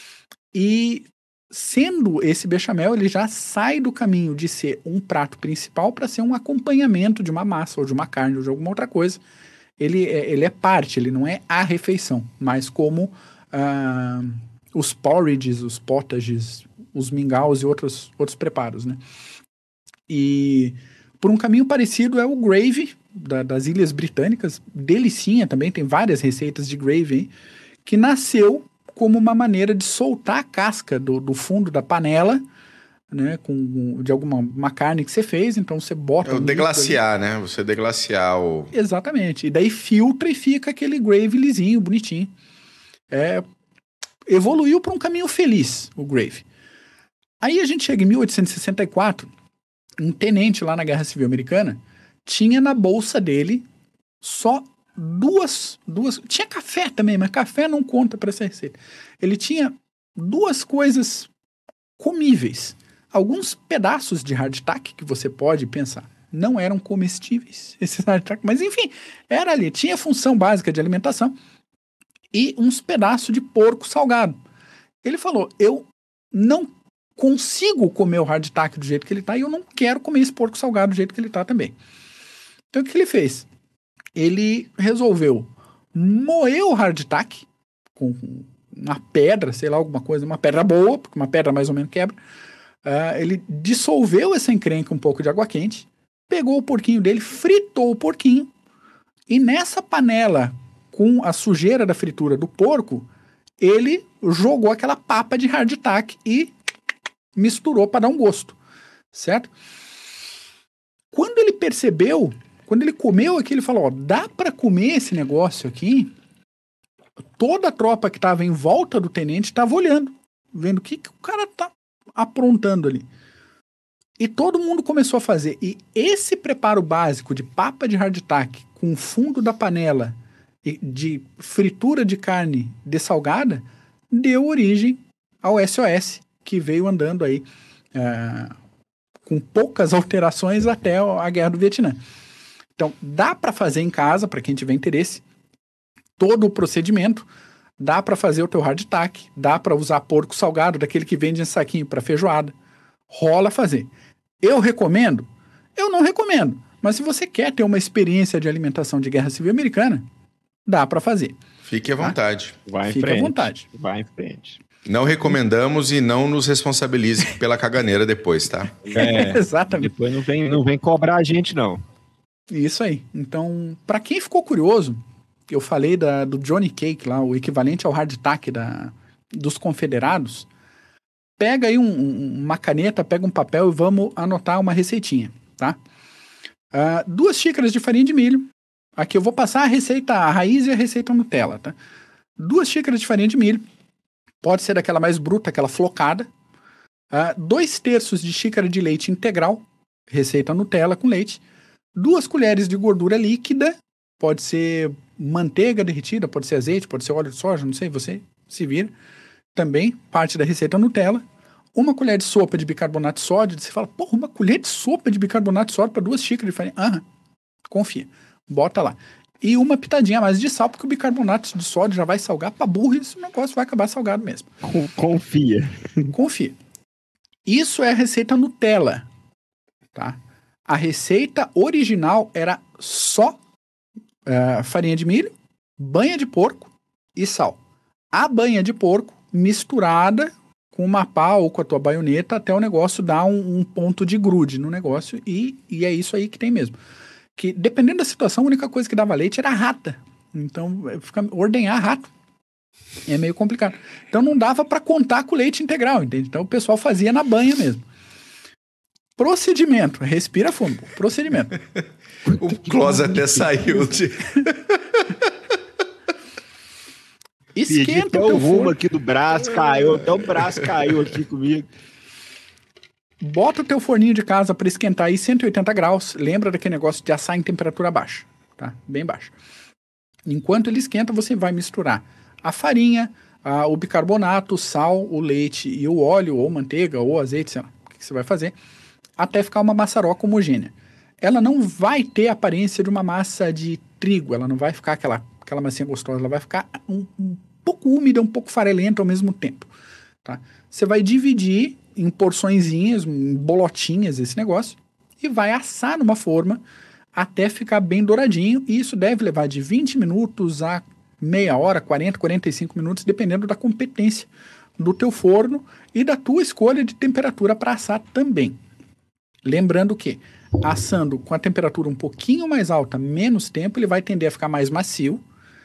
E sendo esse bechamel, ele já sai do caminho de ser um prato principal para ser um acompanhamento de uma massa ou de uma carne ou de alguma outra coisa. Ele é, ele é parte, ele não é a refeição, mas como uh, os porridges, os potages, os mingaus e outros, outros preparos, né? E por um caminho parecido é o gravy da, das Ilhas Britânicas, delicinha também, tem várias receitas de gravy aí, que nasceu como uma maneira de soltar a casca do, do fundo da panela, né, com, de alguma uma carne que você fez, então você bota... É o deglaciar, né? Você deglaciar o... Exatamente, e daí filtra e fica aquele gravy lisinho, bonitinho. É, evoluiu para um caminho feliz, o gravy. Aí a gente chega em mil oitocentos e sessenta e quatro, um tenente lá na Guerra Civil Americana tinha na bolsa dele só duas, duas... Tinha café também, mas café não conta para essa receita. Ele tinha duas coisas comíveis. Alguns pedaços de hardtack que você pode pensar não eram comestíveis, esses hardtack, mas enfim, era ali, tinha função básica de alimentação, e uns pedaços de porco salgado. Ele falou, eu não consigo comer o hardtack do jeito que ele tá e eu não quero comer esse porco salgado do jeito que ele tá também. Então o que ele fez? Ele resolveu moer o hardtack com uma pedra, sei lá, alguma coisa, uma pedra boa, porque uma pedra mais ou menos quebra. Uh, ele dissolveu essa encrenca um pouco de água quente, pegou o porquinho dele, fritou o porquinho, e nessa panela, com a sujeira da fritura do porco, ele jogou aquela papa de hardtack e misturou para dar um gosto, certo? Quando ele percebeu, quando ele comeu aqui, ele falou, ó, dá para comer esse negócio aqui? Toda a tropa que estava em volta do tenente estava olhando, vendo o que, que o cara tá aprontando ali. E todo mundo começou a fazer. E esse preparo básico de papa de hardtack com o fundo da panela de fritura de carne dessalgada deu origem ao S O S, que veio andando aí uh, com poucas alterações até a Guerra do Vietnã. Então, dá para fazer em casa, para quem tiver interesse, todo o procedimento. Dá para fazer o teu hardtack, dá para usar porco salgado, daquele que vende em saquinho para feijoada. Rola fazer. Eu recomendo? Eu não recomendo. Mas se você quer ter uma experiência de alimentação de guerra civil americana, dá para fazer. Fique à tá? vontade. Vai em Fique frente. à vontade. Vai em frente. Não recomendamos e não nos responsabilize pela caganeira depois, tá? É, Exatamente. depois não vem, não vem cobrar a gente, não. Isso aí. Então, para quem ficou curioso, eu falei da, do Johnny Cake lá, o equivalente ao hardtack da, dos confederados. Pega aí um, um, uma caneta, pega um papel e vamos anotar uma receitinha, tá? Uh, duas xícaras de farinha de milho. Aqui eu vou passar a receita a raiz e a receita Nutella, tá? Duas xícaras de farinha de milho. Pode ser daquela mais bruta, aquela flocada. Uh, dois terços de xícara de leite integral. Receita Nutella com leite. Duas colheres de gordura líquida. Pode ser manteiga derretida, pode ser azeite, pode ser óleo de soja, não sei, você se vira. Também parte da receita Nutella. Uma colher de sopa de bicarbonato de sódio. Você fala, porra, uma colher de sopa de bicarbonato de sódio para duas xícaras de farinha. Aham, confia. Bota lá. E uma pitadinha mais de sal, porque o bicarbonato de sódio já vai salgar pra burro e esse negócio vai acabar salgado mesmo. Confia. Confia. Isso é a receita Nutella, tá? A receita original era só uh, farinha de milho, banha de porco e sal. A banha de porco misturada com uma pá ou com a tua baioneta até o negócio dar um, um ponto de grude no negócio e, e é isso aí que tem mesmo. Que dependendo da situação, a única coisa que dava leite era rata. Então, fica, ordenhar rato é meio complicado. Então, não dava para contar com o leite integral, entende? Então, o pessoal fazia na banha mesmo. Procedimento. Respira fundo. Procedimento. O Close até saiu de... Esquenta até o teu o rumo forno. aqui do braço caiu, até o braço caiu aqui comigo. Bota o teu forninho de casa para esquentar aí cento e oitenta graus. Lembra daquele negócio de assar em temperatura baixa, tá? Bem baixa. Enquanto ele esquenta, você vai misturar a farinha, a, o bicarbonato, o sal, o leite e o óleo, ou manteiga, ou azeite, sei lá, o que, que você vai fazer, até ficar uma maçaroca homogênea. Ela não vai ter a aparência de uma massa de trigo, ela não vai ficar aquela, aquela massinha gostosa, ela vai ficar um, um pouco úmida, um pouco farelenta ao mesmo tempo, tá? Você vai dividir em porçõezinhas, em bolotinhas esse negócio, e vai assar numa forma até ficar bem douradinho, e isso deve levar de vinte minutos a meia hora, quarenta, quarenta e cinco minutos, dependendo da competência do teu forno e da tua escolha de temperatura para assar também. Lembrando que, assando com a temperatura um pouquinho mais alta, menos tempo, ele vai tender a ficar mais macio,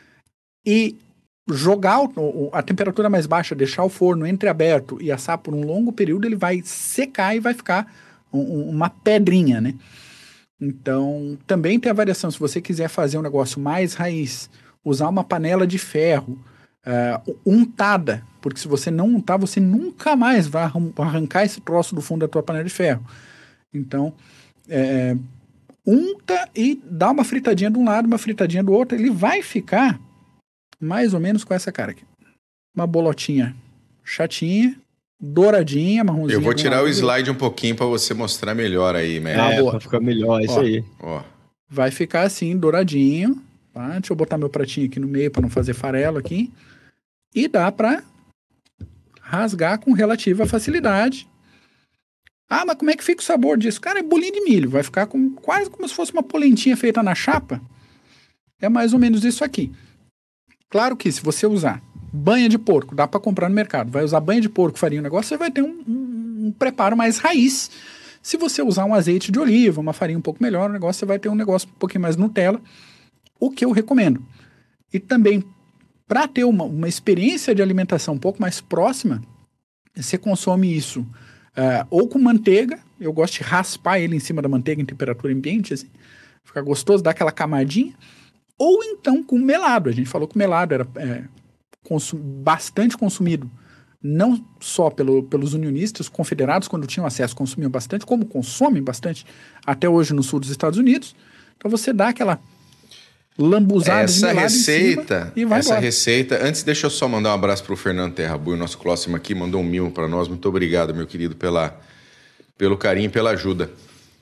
e jogar o, a temperatura mais baixa, deixar o forno entreaberto e assar por um longo período, ele vai secar e vai ficar um, uma pedrinha, né? Então, também tem a variação, se você quiser fazer um negócio mais raiz, usar uma panela de ferro uh, untada, porque se você não untar, você nunca mais vai arrancar esse troço do fundo da tua panela de ferro. Então, é, unta e dá uma fritadinha de um lado, uma fritadinha do outro, ele vai ficar mais ou menos com essa cara aqui. Uma bolotinha chatinha, douradinha, marronzinha. Eu vou tirar o lado. slide um pouquinho para você mostrar melhor aí, Mac. Ah, É, boa. pra ficar melhor, é isso Ó. aí. Ó. Vai ficar assim, douradinho. Tá? Deixa eu botar meu pratinho aqui no meio para não fazer farelo aqui. E dá para rasgar com relativa facilidade. Ah, mas como é que fica o sabor disso? Cara, é bolinho de milho. Vai ficar com, quase como se fosse uma polentinha feita na chapa. É mais ou menos isso aqui. Claro que se você usar banha de porco, dá para comprar no mercado. Vai usar banha de porco, farinha, o negócio, você vai ter um, um, um preparo mais raiz. Se você usar um azeite de oliva, uma farinha um pouco melhor, o negócio, você vai ter um negócio um pouquinho mais Nutella. O que eu recomendo. E também, para ter uma, uma experiência de alimentação um pouco mais próxima, você consome isso uh, ou com manteiga. Eu gosto de raspar ele em cima da manteiga em temperatura ambiente, assim. Fica gostoso, dá aquela camadinha. Ou então com melado. A gente falou que o melado era é, consum- bastante consumido, não só pelo, pelos unionistas, confederados, quando tinham acesso, consumiam bastante, como consomem bastante até hoje no sul dos Estados Unidos. Então você dá aquela lambuzada Essa de melado receita, em cima e vai essa embora. receita... Antes, deixa eu só mandar um abraço pro Fernando Terrabui, nosso próximo aqui, mandou um mimo para nós. Muito obrigado, meu querido, pela, pelo carinho e pela ajuda.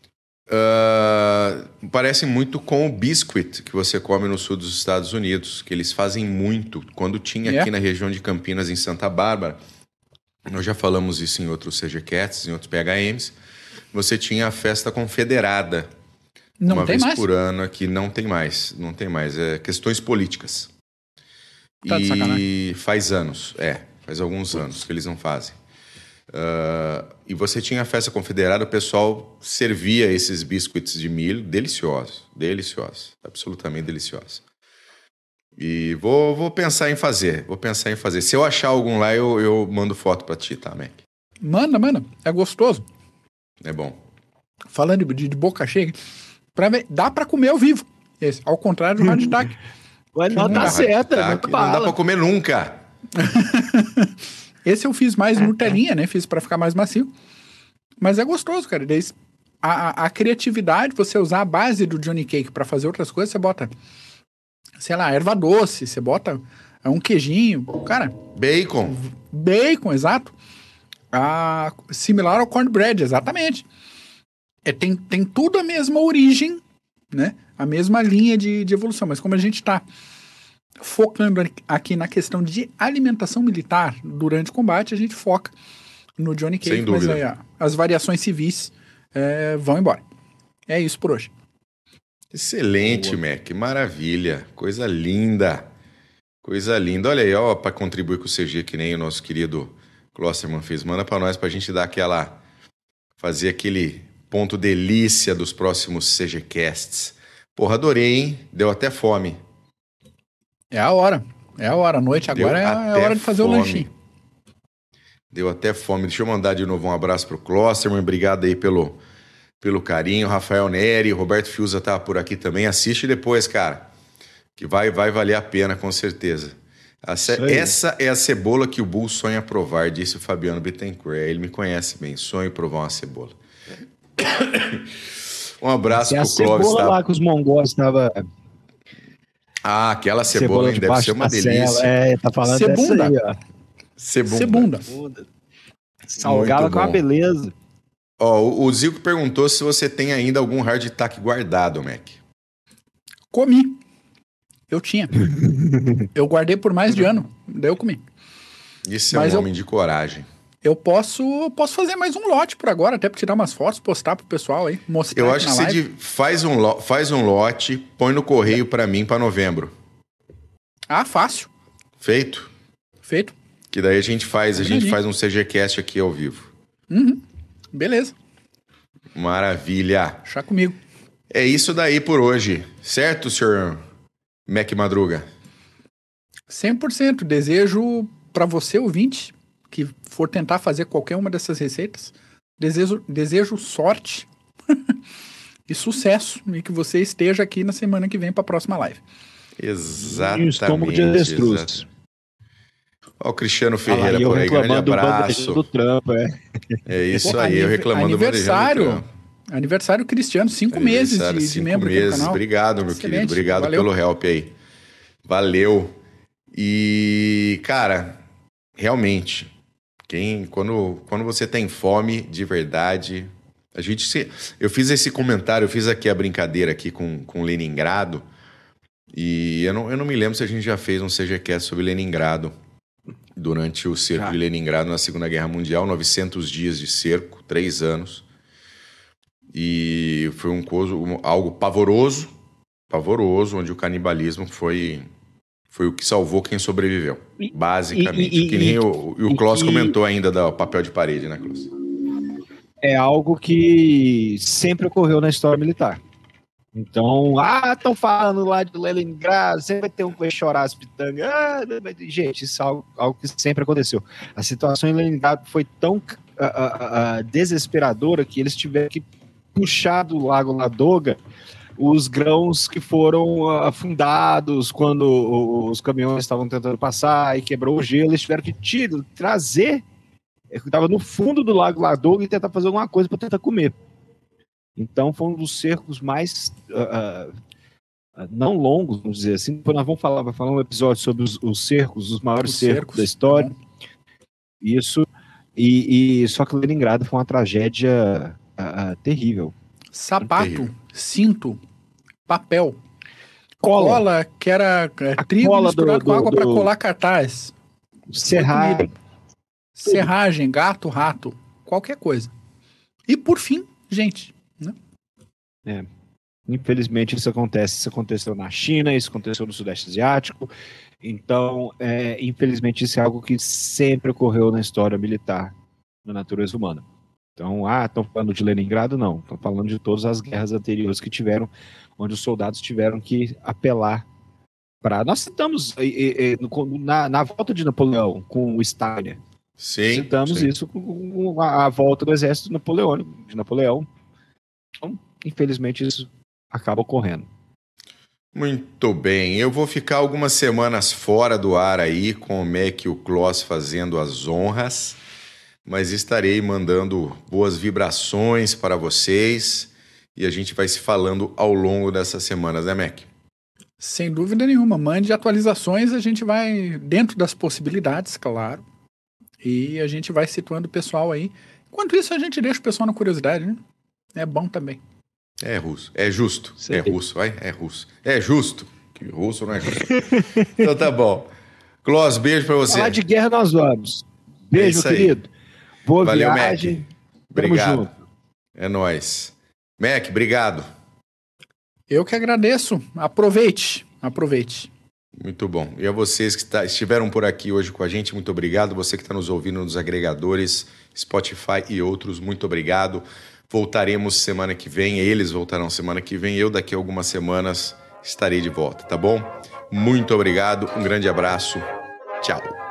Uh, parece muito com o biscuit que você come no sul dos Estados Unidos, que eles fazem muito. Quando tinha É. aqui na região de Campinas, em Santa Bárbara, nós já falamos isso em outros C G Cats, em outros P H Ms, você tinha a festa confederada. Não uma tem vez mais? por ano aqui, não tem mais, não tem mais. É questões políticas. Tá de e sacanagem. faz anos, é, faz alguns anos que eles não fazem. Uh, e você tinha a festa confederada, o pessoal servia esses biscuits de milho, deliciosos, deliciosos, absolutamente deliciosos. E vou, vou pensar em fazer, vou pensar em fazer. Se eu achar algum lá, eu, eu mando foto pra ti, tá, Mac? Manda, manda. É gostoso. É bom. Falando de, de boca cheia, pra ver, dá pra comer ao vivo. Esse, ao contrário do Hard Attack. Mas não Não tá dá, certo, tá, não que não dá pra comer nunca. Esse eu fiz mais Nutelinha, né? Fiz pra ficar mais macio. Mas é gostoso, cara. Daí, a, a, a criatividade, você usar a base do Johnny Cake pra fazer outras coisas, você bota, sei lá, erva doce, você bota um queijinho, cara, Bacon. bacon, exato. Ah, similar ao cornbread, exatamente. É, tem, tem tudo a mesma origem, né? A mesma linha de, de evolução. Mas como a gente tá focando aqui na questão de alimentação militar durante o combate, a gente foca no Johnny Cake. Sem dúvida. Mas aí, as variações civis é, vão embora. É isso por hoje. Excelente, Boa. Mac. Maravilha. Coisa linda. Coisa linda. Olha aí, ó, para contribuir com o C G, que nem o nosso querido Klosterman fez. Manda para nós, pra gente dar aquela... fazer aquele ponto delícia dos próximos C G Casts. Porra, adorei, hein? Deu até fome. É a hora. É a hora. A noite Deu agora é a hora de fazer fome. o lanchinho. Deu até fome. Deixa eu mandar de novo um abraço pro Klosterman. Obrigado aí pelo, pelo carinho. Rafael Neri, Roberto Fiuza tá por aqui também. Assiste depois, cara. Que vai, vai valer a pena, com certeza. Ce... Essa é a cebola que o Bull sonha provar, disse o Fabiano Bittencourt. Ele me conhece bem. Sonho provar uma cebola. Um abraço pro Clóvis. A cebola tá... lá que os mongóis estavam... Ah, aquela cebola, cebola de deve ser uma delícia. Cela. É, tá falando Cebunda. Dessa aí, ó. Cebunda. Cebunda. Salgada com uma beleza. Ó, o, o Zico perguntou se você tem ainda algum hard attack guardado, Mac. Comi. Eu tinha. Eu guardei por mais de ano. Daí eu comi. Isso é Mas um eu, homem de coragem. Eu posso, posso fazer mais um lote por agora, até para tirar umas fotos, postar pro pessoal aí, mostrar. Eu acho que você de, faz, um lo, faz um lote, põe no correio para mim para novembro. Ah, fácil. Feito? Feito. Que daí a gente faz, a gente faz um C G Cast aqui ao vivo. Uhum. Beleza. Maravilha. Chá comigo. É isso daí por hoje, certo, senhor Mac Madruga? cem por cento. Desejo para você, ouvinte, que for tentar fazer qualquer uma dessas receitas, desejo, desejo sorte e sucesso, e que você esteja aqui na semana que vem para a próxima live. Exatamente. E o estômago de avestruz. Olha o Cristiano Ferreira ah, por aí, grande abraço. Do Trump, é. é isso Pô, aí, eu reclamando aniversário, do Trump. Aniversário Cristiano, cinco aniversário, meses de, cinco de membro meses. aqui do canal. Obrigado, meu Excelente. querido, obrigado Valeu. pelo help aí. Valeu. E, cara, realmente, quem, quando, quando você tem fome de verdade, a gente se, eu fiz esse comentário, eu fiz aqui a brincadeira aqui com, com Leningrado, e eu não, eu não me lembro se a gente já fez um C G Cast sobre Leningrado durante o cerco ah. de Leningrado na Segunda Guerra Mundial, novecentos dias de cerco, três anos, e foi um coisa, algo pavoroso, pavoroso, onde o canibalismo foi... Foi o que salvou quem sobreviveu, e, basicamente. E, e, que nem e, o, e o Klaus comentou ainda do papel de parede, né, Klaus? É algo que sempre ocorreu na história militar. Então, ah, estão falando lá de Leningrado, sempre vai ter um que vai chorar as pitangas. Ah, gente, isso é algo, algo que sempre aconteceu. A situação em Leningrado foi tão uh, uh, uh, desesperadora que eles tiveram que puxar do Lago Ladoga os grãos que foram afundados quando os caminhões estavam tentando passar e quebrou o gelo, eles tiveram que tiro, trazer, estava no fundo do Lago Ladoga e tentar fazer alguma coisa para tentar comer. Então foi um dos cercos mais uh, uh, não longos, vamos dizer assim. Depois nós vamos falar, vai falar um episódio sobre os, os cercos, os maiores os cercos, cercos da história. Isso, e, e só que Leningrado foi uma tragédia uh, uh, terrível. sapato, Terrível. cinto, papel, Cola. cola que era é, A trigo cola misturado do- com água do- para do- colar cartaz. Serrar. Serragem, gato, rato, qualquer coisa. E por fim, gente, né? Infelizmente isso acontece. Isso aconteceu na China, isso aconteceu no Sudeste Asiático. Então, é, infelizmente, isso é algo que sempre ocorreu na história militar, na natureza humana. Então, ah, estão falando de Leningrado? Não. Estão falando de todas as guerras anteriores que tiveram, onde os soldados tiveram que apelar para. Nós citamos e, e, e, no- na, na volta de Napoleão com o Stalin. Sim. Citamos sim. isso com a, a volta do exército napoleônico, de Napoleão. Então, infelizmente, isso acaba ocorrendo. Muito bem. Eu vou ficar algumas semanas fora do ar aí, com o Mac e o Kloss fazendo as honras, mas estarei mandando boas vibrações para vocês e a gente vai se falando ao longo dessas semanas, né, Mac? Sem dúvida nenhuma, mande atualizações, a gente vai dentro das possibilidades, claro, e a gente vai situando o pessoal aí. Enquanto isso, a gente deixa o pessoal na curiosidade, né? É bom também. É russo. É justo. Sim. É russo, vai? É russo. É justo. Que russo não é justo. Então tá bom. Kloss, beijo pra você. Falar de guerra nós vamos. É Beijo, isso aí. querido. Boa Valeu, viagem. Mac. Tamo Obrigado. junto. É nóis. Mac, obrigado. Eu que agradeço. Aproveite, aproveite. Muito bom. E a vocês que tá- estiveram por aqui hoje com a gente, muito obrigado. Você que está nos ouvindo nos agregadores, Spotify e outros, muito obrigado. Voltaremos semana que vem, eles voltarão semana que vem, eu daqui a algumas semanas estarei de volta, tá bom? Muito obrigado, um grande abraço, tchau.